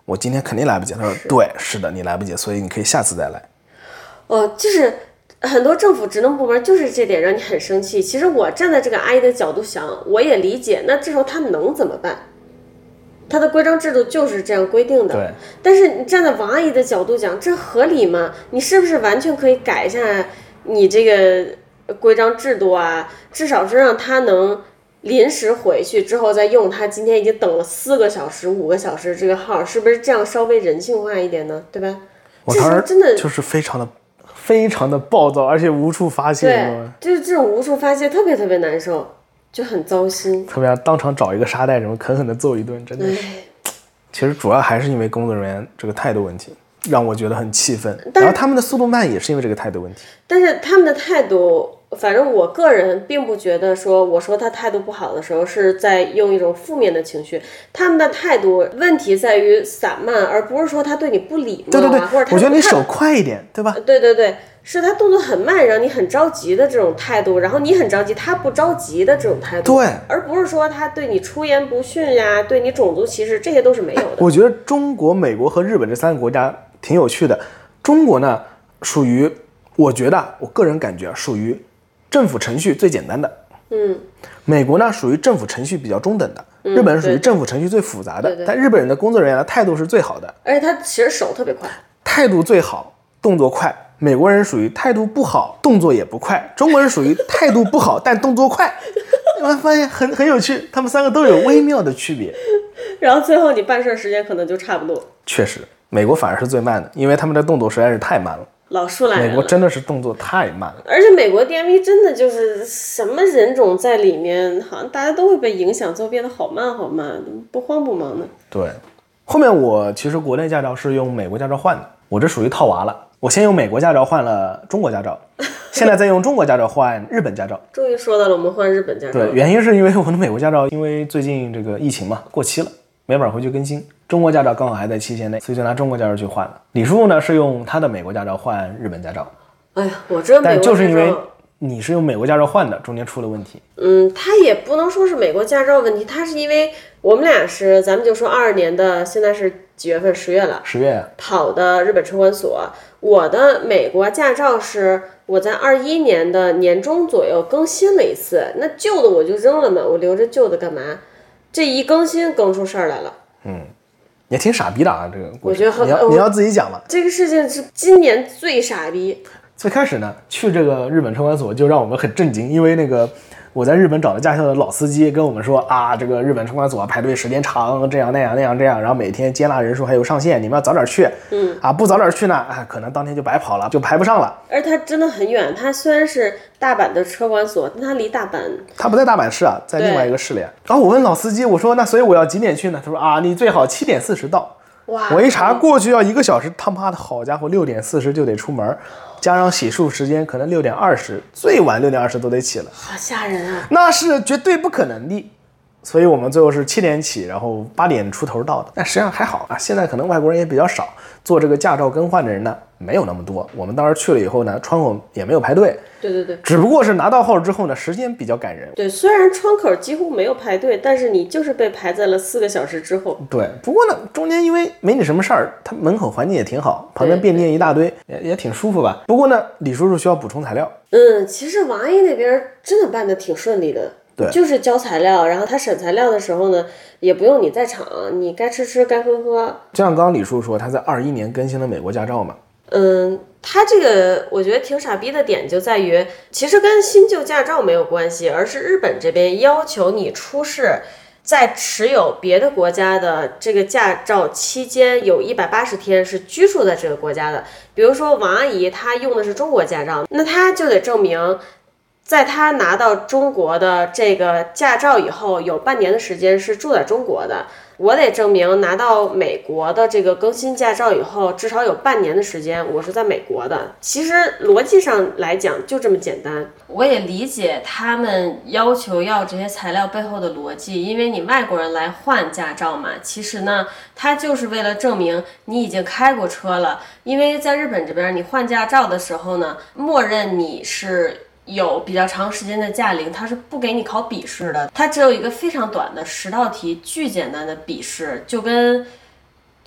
我今天肯定来不及。他说对，是的，你来不及，所以你可以下次再来。 哦，就是很多政府职能部门就是这点让你很生气。其实我站在这个阿姨的角度想，我也理解，那这时候他能怎么办？他的规章制度就是这样规定的。 对。 但是你站在王阿姨的角度讲，这合理吗？你是不是完全可以改一下你这个规章制度啊？至少是让他能临时回去之后再用。他今天已经等了四个小时、五个小时，这个号是不是这样稍微人性化一点呢？对吧？ 我当时真的就是非常的、非常的暴躁，而且无处发泄。 对，就是这种无处发泄，特别特别难受。就很糟心， 特别想当场找一个沙袋，什么狠狠的揍一顿，真的是。其实主要还是因为工作人员这个态度问题，让我觉得很气愤。然后他们的速度慢也是因为这个态度问题。 但是他们的态度，反正我个人并不觉得说，我说他态度不好的时候是在用一种负面的情绪。他们的态度问题在于散漫，而不是说他对你不礼貌、啊。 对对对， 或者他我觉得你手快一点，对吧？ 对对对。是他动作很慢，让你很着急的这种态度，然后你很着急，他不着急的这种态度， 对， 而不是说他对你出言不逊呀，对你种族歧视，这些都是没有的。 我觉得中国、美国和日本这三个国家挺有趣的。中国呢，属于我觉得我个人感觉属于政府程序最简单的， 嗯， 美国呢属于政府程序比较中等的，嗯、日本属于政府程序最复杂的， 对对对， 但日本人的工作人员的态度是最好的， 而且他其实手特别快， 态度最好，动作快。美国人属于态度不好，动作也不快；中国人属于态度不好，但动作快。你们发现很很有趣，他们三个都有微妙的区别。 然后最后你办事时间可能就差不多。 确实，美国反而是最慢的，因为他们的动作实在是太慢了。 老树懒人了， 美国真的是动作太慢了。 而且美国 D M V 真的就是什么人种在里面，好像大家都会被影响，最后变得好慢好慢，不慌不忙的。 对，后面我其实国内驾照是用美国驾照换的，我这属于套娃了。我先用美国驾照换了中国驾照，现在再用中国驾照换日本驾照。 终于说到了我们换日本驾照。 对，原因是因为我的美国驾照因为最近这个疫情嘛过期了，没法回去更新。中国驾照刚好还在期限内，所以就拿中国驾照去换了。李叔叔呢是用他的美国驾照换日本驾照。 哎呀，我这美国驾照， 但就是因为你是用美国驾照换的，中间出了问题。 嗯，他也不能说是美国驾照问题，他是因为我们俩是，咱们就说二二年的，现在是几月份？十月了。 十月。 跑的日本车管所。我的美国驾照是我在二一年的年中左右更新了一次，那旧的我就扔了嘛，我留着旧的干嘛？这一更新更出事儿来了。 嗯，也挺傻逼的啊，这个我觉得你要你要自己讲嘛。 这个事情是今年最傻逼。 最开始呢，去这个日本车管所就让我们很震惊，因为那个我在日本找的驾校的老司机跟我们说啊，这个日本车管所排队时间长，这样那样那样这样，然后每天接纳人数还有上限，你们要早点去， 嗯啊，不早点去呢，啊，可能当天就白跑了，就排不上了。 而它真的很远，它虽然是大阪的车管所，但它离大阪， 它不在大阪市啊，在另外一个市里。然后我问老司机，我说那所以我要几点去呢？他说啊，你最好七点四十到。 哇！ 我一查过去要一个小时，他妈的好家伙，六点四十就得出门。加上洗漱时间，可能六点二十，最晚六点二十都得起了， 好吓人啊！ 那是绝对不可能的。所以我们最后是七点起，然后八点出头到的。但实际上还好啊，现在可能外国人也比较少，做这个驾照更换的人呢没有那么多。我们当时去了以后呢，窗口也没有排队。 对对对， 只不过是拿到号之后呢，时间比较赶人。 对，虽然窗口几乎没有排队，但是你就是被排在了四个小时之后。 对，不过呢，中间因为没你什么事儿，它门口环境也挺好，旁边便店一大堆，也也挺舒服吧。不过呢，李叔叔需要补充材料。 嗯，其实王阿姨那边真的办得挺顺利的。 对， 就是交材料，然后他审材料的时候呢，也不用你在场，你该吃吃，该喝喝。 就像刚刚李叔说，他在二一年更新了美国驾照嘛。 嗯，他这个我觉得挺傻逼的点就在于，其实跟新旧驾照没有关系，而是日本这边要求你出示在持有别的国家的这个驾照期间有一百八十天是居住在这个国家的。比如说王阿姨她用的是中国驾照，那她就得证明在他拿到中国的这个驾照以后，有半年的时间是住在中国的。我得证明拿到美国的这个更新驾照以后，至少有半年的时间我是在美国的。其实逻辑上来讲就这么简单。我也理解他们要求要这些材料背后的逻辑，因为你外国人来换驾照嘛，其实呢，他就是为了证明你已经开过车了。因为在日本这边，你换驾照的时候呢，默认你是有比较长时间的驾龄，它是不给你考笔试的，它只有一个非常短的十道题，巨简单的笔试，就跟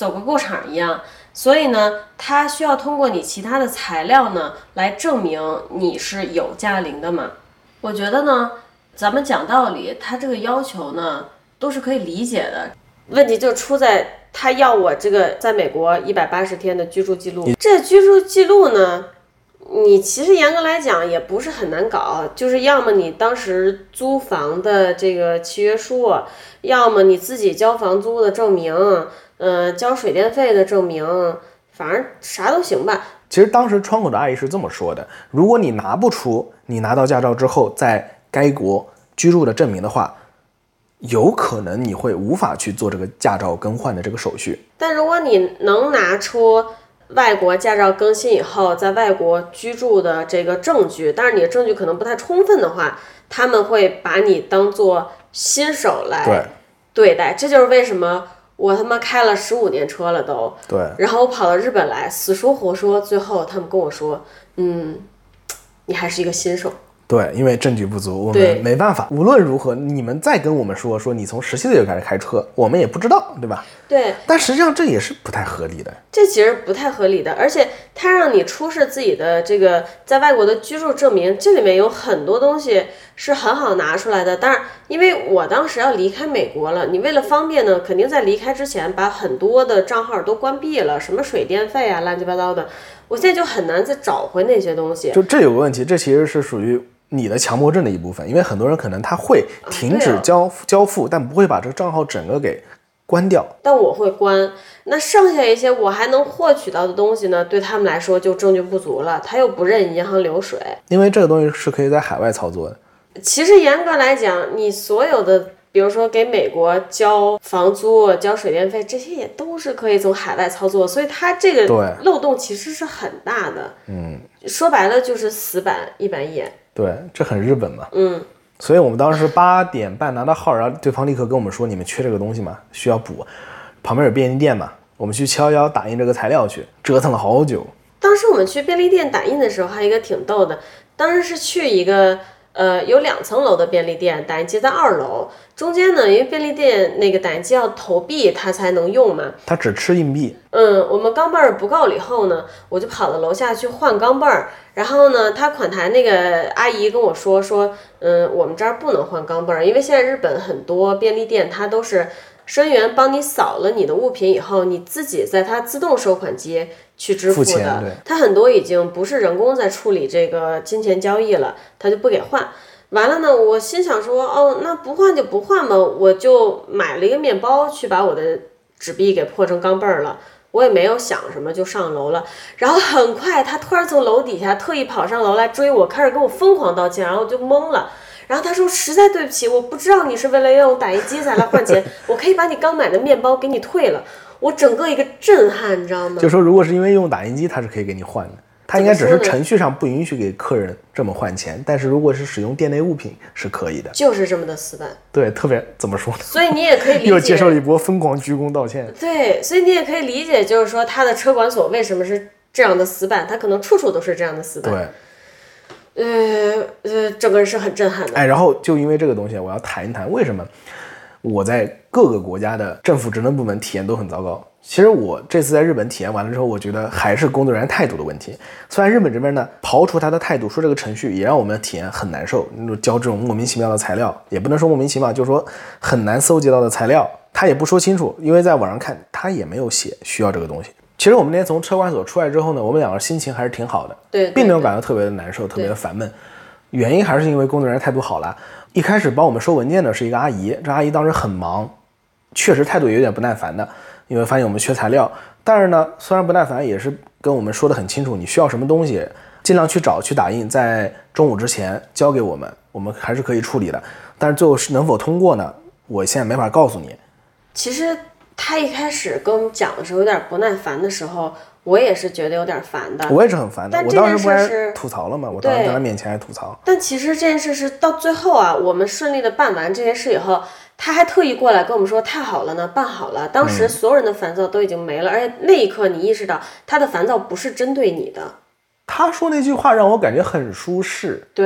走个过场一样。所以呢，它需要通过你其他的材料呢来证明你是有驾龄的嘛。我觉得呢，咱们讲道理，他这个要求呢都是可以理解的。问题就出在他要我这个在美国一百八十天的居住记录。这居住记录呢，你其实严格来讲也不是很难搞，就是要么你当时租房的这个契约书，要么你自己交房租的证明，呃，交水电费的证明，反正啥都行吧。 其实当时窗口的阿姨是这么说的：如果你拿不出你拿到驾照之后在该国居住的证明的话，有可能你会无法去做这个驾照更换的这个手续。 但如果你能拿出外国驾照更新以后在外国居住的这个证据，但是你的证据可能不太充分的话，他们会把你当做新手来对待。这就是为什么我他妈开了十五年车了都， 对， 然后我跑到日本来，死说活说，最后他们跟我说，嗯，你还是一个新手。 对，因为证据不足，我们没办法。无论如何，你们再跟我们说说你从十七岁就开始开车，我们也不知道，对吧？ 对。 但实际上这也是不太合理的。 这其实不太合理的，而且他让你出示自己的这个在外国的居住证明，这里面有很多东西是很好拿出来的。当然，因为我当时要离开美国了，你为了方便呢，肯定在离开之前把很多的账号都关闭了，什么水电费啊，乱七八糟的，我现在就很难再找回那些东西。 就这有个问题，这其实是属于你的强迫症的一部分，因为很多人可能他会停止交、啊、交付，但不会把这个账号整个给关掉。 但我会关，那剩下一些我还能获取到的东西呢，对他们来说就证据不足了，他又不认银行流水。 因为这个东西是可以在海外操作的。 其实严格来讲，你所有的比如说给美国交房租、交水电费，这些也都是可以从海外操作，所以它这个漏洞其实是很大的。 嗯， 说白了就是死板一板一眼。 对，这很日本嘛。 嗯， 所以我们当时八点半拿到号，然后对方立刻跟我们说：“你们缺这个东西吗？需要补。”旁边有便利店嘛，我们去七一一打印这个材料去，折腾了好久。 当时我们去便利店打印的时候，还有一个挺逗的，当时是去一个。呃，有两层楼的便利店，打印机在二楼，中间呢，因为便利店那个打印机要投币，它才能用嘛。 它只吃硬币。 嗯，我们钢镚儿不够了以后呢，我就跑到楼下去换钢镚儿。然后呢，他款台那个阿姨跟我说说，嗯，我们这儿不能换钢镚儿，因为现在日本很多便利店它都是收银员帮你扫了你的物品以后，你自己在它自动收款机去支付的，它很多已经不是人工在处理这个金钱交易了，它就不给换。完了呢，我心想说，哦，那不换就不换吧，我就买了一个面包去把我的纸币给破成钢镚儿了。我也没有想什么就上楼了，然后很快他突然从楼底下特意跑上楼来追我，开始跟我疯狂道歉，然后我就懵了。然后他说实在对不起，我不知道你是为了要用打印机才来换钱，我可以把你刚买的面包给你退了。我整个一个震撼，你知道吗？ 就说如果是因为用打印机，它是可以给你换的，它应该只是程序上不允许给客人这么换钱，但是如果是使用店内物品是可以的， 就是这么的死板。 对，特别怎么说呢？ 所以你也可以理解， 又接受了一波疯狂鞠躬道歉。 对，所以你也可以理解，就是说他的车管所为什么是这样的死板，他可能处处都是这样的死板。 对。 呃呃，整个人是很震撼的。 哎，然后就因为这个东西，我要谈一谈为什么我在各个国家的政府职能部门体验都很糟糕。其实我这次在日本体验完了之后，我觉得还是工作人员态度的问题。虽然日本这边呢，刨除他的态度，说这个程序也让我们体验很难受，交这种莫名其妙的材料，也不能说莫名其妙，就是说很难搜集到的材料，他也不说清楚，因为在网上看他也没有写需要这个东西。其实我们那天从车管所出来之后呢，我们两个心情还是挺好的， 对， 并没有感到特别的难受，特别的烦闷。原因还是因为工作人员态度好了。一开始帮我们收文件的是一个阿姨，这阿姨当时很忙，确实态度有点不耐烦的，因为发现我们缺材料。但是呢，虽然不耐烦，也是跟我们说的很清楚，你需要什么东西，尽量去找去打印，在中午之前交给我们，我们还是可以处理的。但是最后是能否通过呢？我现在没法告诉你。 其实他一开始跟我们讲的时候有点不耐烦的时候，我也是觉得有点烦的。 我也是很烦的，我当时不是吐槽了吗？我当时在他面前还吐槽。 但其实这件事是到最后啊，我们顺利的办完这件事以后，他还特意过来跟我们说太好了呢，办好了。当时所有人的烦躁都已经没了，嗯、而且那一刻你意识到他的烦躁不是针对你的。 他说那句话让我感觉很舒适。 对，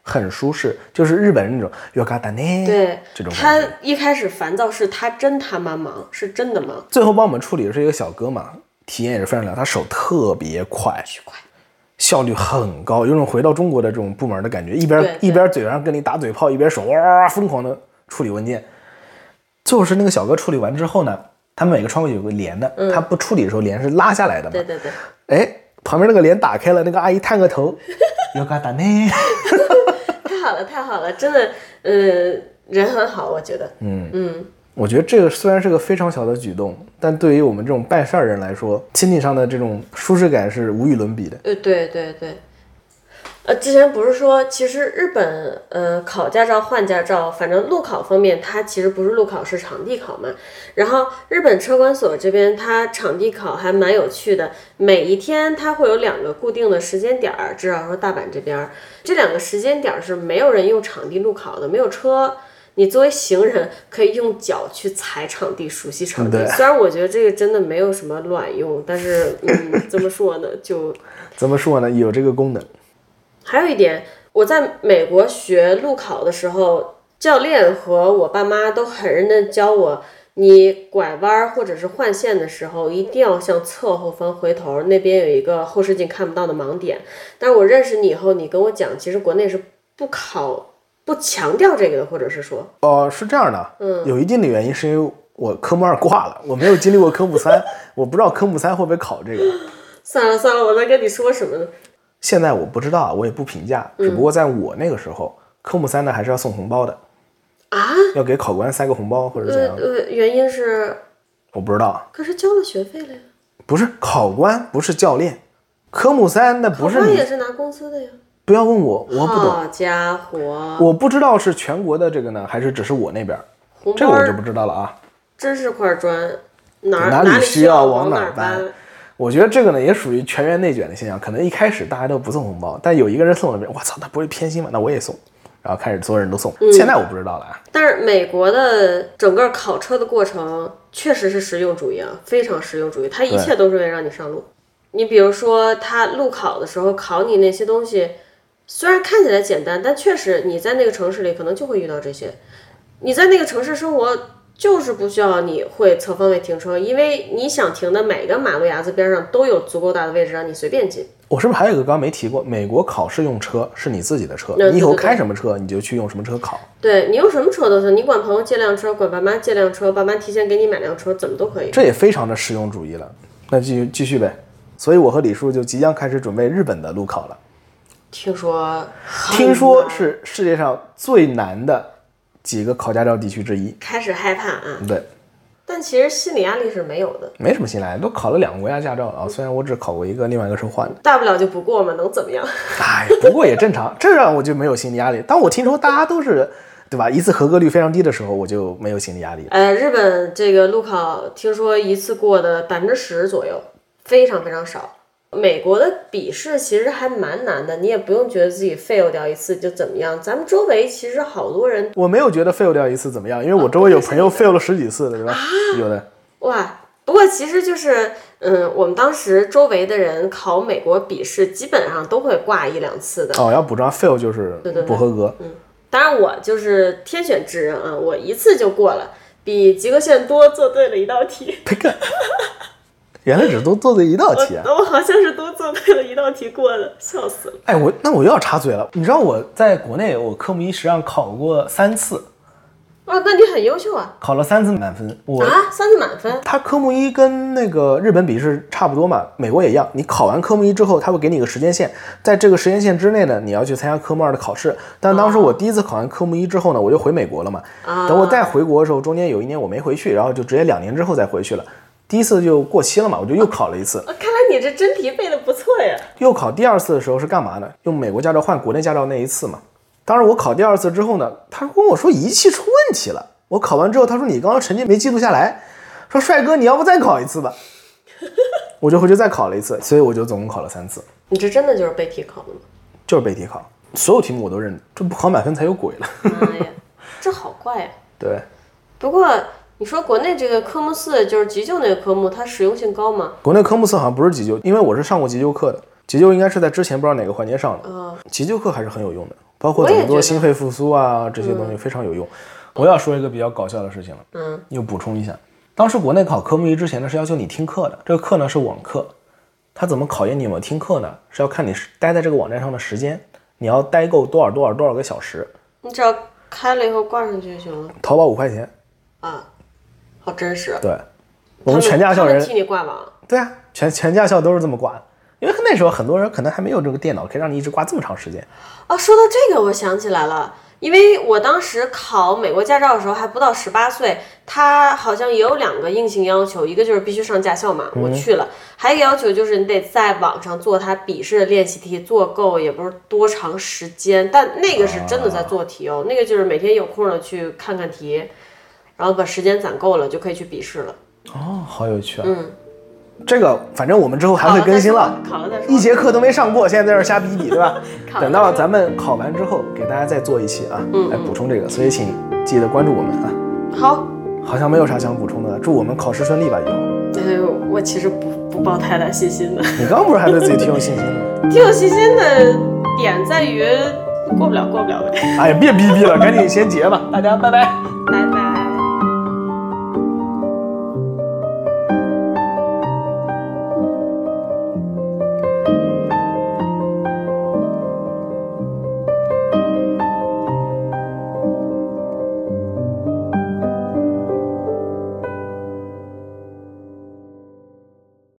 很舒适，就是日本人那种よかったね， 对， 这种他感觉。 一开始烦躁是他真他妈忙，是真的忙。 最后帮我们处理的是一个小哥嘛，体验也是非常良好，他手特别快， 快， 效率很高，有种回到中国的这种部门的感觉，一边对对一边嘴上跟你打嘴炮，一边手哇疯狂的处理文件。最后是那个小哥处理完之后呢，他们每个窗口有个帘的，嗯、他不处理的时候帘是拉下来的嘛。 对对对。 哎，旁边那个帘打开了，那个阿姨探个头，よかったね。 太好了，太好了，真的，呃，人很好，我觉得。嗯嗯。 我觉得这个虽然是个非常小的举动，但对于我们这种办事儿人来说，心理上的这种舒适感是无与伦比的。 呃，对对对。呃，之前不是说，其实日本呃考驾照换驾照，反正路考方面，它其实不是路考，是场地考嘛。然后日本车管所这边，它场地考还蛮有趣的，每一天它会有两个固定的时间点儿，至少说大阪这边，这两个时间点是没有人用场地路考的，没有车。你作为行人可以用脚去踩场地，熟悉场地。虽然我觉得这个真的没有什么卵用，但是嗯，怎么说呢？就怎么说呢？有这个功能。 还有一点，我在美国学路考的时候，教练和我爸妈都很认真教我，你拐弯或者是换线的时候，一定要向侧后方回头，那边有一个后视镜看不到的盲点。但是我认识你以后，你跟我讲，其实国内是不考。不强调这个的，或者是说， 哦、呃，是这样的， 嗯， 有一定的原因是因为我科目二挂了，我没有经历过科目三，我不知道科目三会不会考这个。 算了算了，我在跟你说什么呢？ 现在我不知道，我也不评价，只不过在我那个时候，嗯、科目三呢还是要送红包的啊， 要给考官塞个红包或者怎样的。 呃呃，原因是我不知道。 可是交了学费了呀。 不是考官，不是教练，科目三那不是你。 考官也是拿工资的呀。 不要问我，我不懂。 好家伙！ 我不知道是全国的这个呢，还是只是我那边，这个我就不知道了啊。 真是块砖，哪哪里需要往哪搬？我觉得这个呢也属于全员内卷的现象。可能一开始大家都不送红包，但有一个人送了，我操，他不会偏心吗？那我也送，然后开始所有人都送。嗯、现在我不知道了啊。 但是美国的整个考车的过程确实是实用主义啊，非常实用主义，它一切都是为了让你上路。你比如说，他路考的时候考你那些东西。虽然看起来简单，但确实你在那个城市里可能就会遇到这些。你在那个城市生活，就是不需要你会侧方位停车，因为你想停的每个马路牙子边上都有足够大的位置让你随便进。 我是不是还有一个刚刚没提过？美国考试用车是你自己的车， 嗯、 你以后开什么车你就去用什么车考。 对，你用什么车都行，你管朋友借辆车，管爸妈借辆车，爸妈提前给你买辆车，怎么都可以。 这也非常的实用主义了。那继续继续呗。所以我和李叔就即将开始准备日本的路考了。 听说， 听说是世界上最难的几个考驾照地区之一， 开始害怕啊。 对， 但其实心理压力是没有的， 没什么心理压力，都考了两个国家驾照了啊。虽然我只考过一个，另外一个是换的， 大不了就不过嘛，能怎么样？ 哎，不过也正常，这让我就没有心理压力。当我听说大家都是，对吧，一次合格率非常低的时候，我就没有心理压力。 呃，日本这个路考听说一次过的百分之十左右，非常非常少。美国的笔试其实还蛮难的，你也不用觉得自己 fail 掉一次就怎么样。咱们周围其实好多人， 我没有觉得 fail 掉一次怎么样，因为我周围有朋友 fail 了十几次的，对吧？ 啊、 有的。 哇，不过其实就是，嗯，我们当时周围的人考美国笔试基本上都会挂一两次的。 哦，要补上 fail 就是不合格。 对对对嗯，当然我就是天选之人啊，我一次就过了，比及格线多做对了一道题。 原来只都做对一道题啊！ 我, 我好像是都做对了一道题过的，笑死了。 哎，我那我又要插嘴了。你知道我在国内，我科目一实际上考过三次。 啊，那你很优秀啊！ 考了三次满分。我啊，三次满分。 他科目一跟那个日本笔试差不多嘛，美国也一样。你考完科目一之后，他会给你一个时间线，在这个时间线之内呢，你要去参加科目二的考试。但当时我第一次考完科目一之后呢，我就回美国了嘛。 啊。 等我再回国的时候，中间有一年我没回去，然后就直接两年之后再回去了。第一次就过期了嘛，我就又考了一次。 看来你这真题背得不错呀。 又考第二次的时候是干嘛呢？用美国驾照换国内驾照那一次嘛。当时我考第二次之后呢，他跟我说仪器出问题了。我考完之后，他说你刚刚成绩没记录下来，说帅哥你要不再考一次吧。我就回去再考了一次，所以我就总共考了三次。 你这真的就是背题考的吗？ 就是背题考，所有题目我都认，这不考满分才有鬼了。 哎呀，这好怪呀。 对。 不过。你说国内这个科目四就是急救那个科目，它实用性高吗？ 国内科目四好像不是急救，因为我是上过急救课的，急救应该是在之前不知道哪个环节上的。 哦， 急救课还是很有用的。 包括怎么做心肺复苏啊，这些东西非常有用。嗯、我要说一个比较搞笑的事情了，嗯，又补充一下，当时国内考科目一之前呢是要求你听课的，这个课呢是网课，它怎么考验你有没有听课呢？是要看你待在这个网站上的时间，你要待够多少多少多少个小时。 你只要开了以后挂上去就行了。 淘宝五块钱。 啊，好真实。 对，我们全驾校人替你挂网。 对啊，全全驾校都是这么挂的。因为那时候很多人可能还没有这个电脑可以让你一直挂这么长时间。 哦，说到这个我想起来了，因为我当时考美国驾照的时候还不到十八岁，他好像也有两个硬性要求，一个就是必须上驾校嘛，我去了，嗯、还有一个要求就是你得在网上做他笔试的练习题，做够也不是多长时间，但那个是真的在做题哦，啊、那个就是每天有空了去看看题，然后把时间攒够了就可以去笔试了。 哦，好有趣啊！ 嗯。 这个反正我们之后还会更新了， 考了再说， 一节课都没上过，现在在这瞎比比，对吧？等到咱们考完之后，给大家再做一期啊，嗯、来补充这个，所以请记得关注我们啊。 好， 好像没有啥想补充的，祝我们考试顺利吧，以后。 哎，我其实不不抱太大信心的。 你刚不是还对自己挺有信心的？ 挺有信心的点在于过不了，过不了呗。 哎呀，别逼逼了，赶紧先结吧，大家拜拜， 拜拜。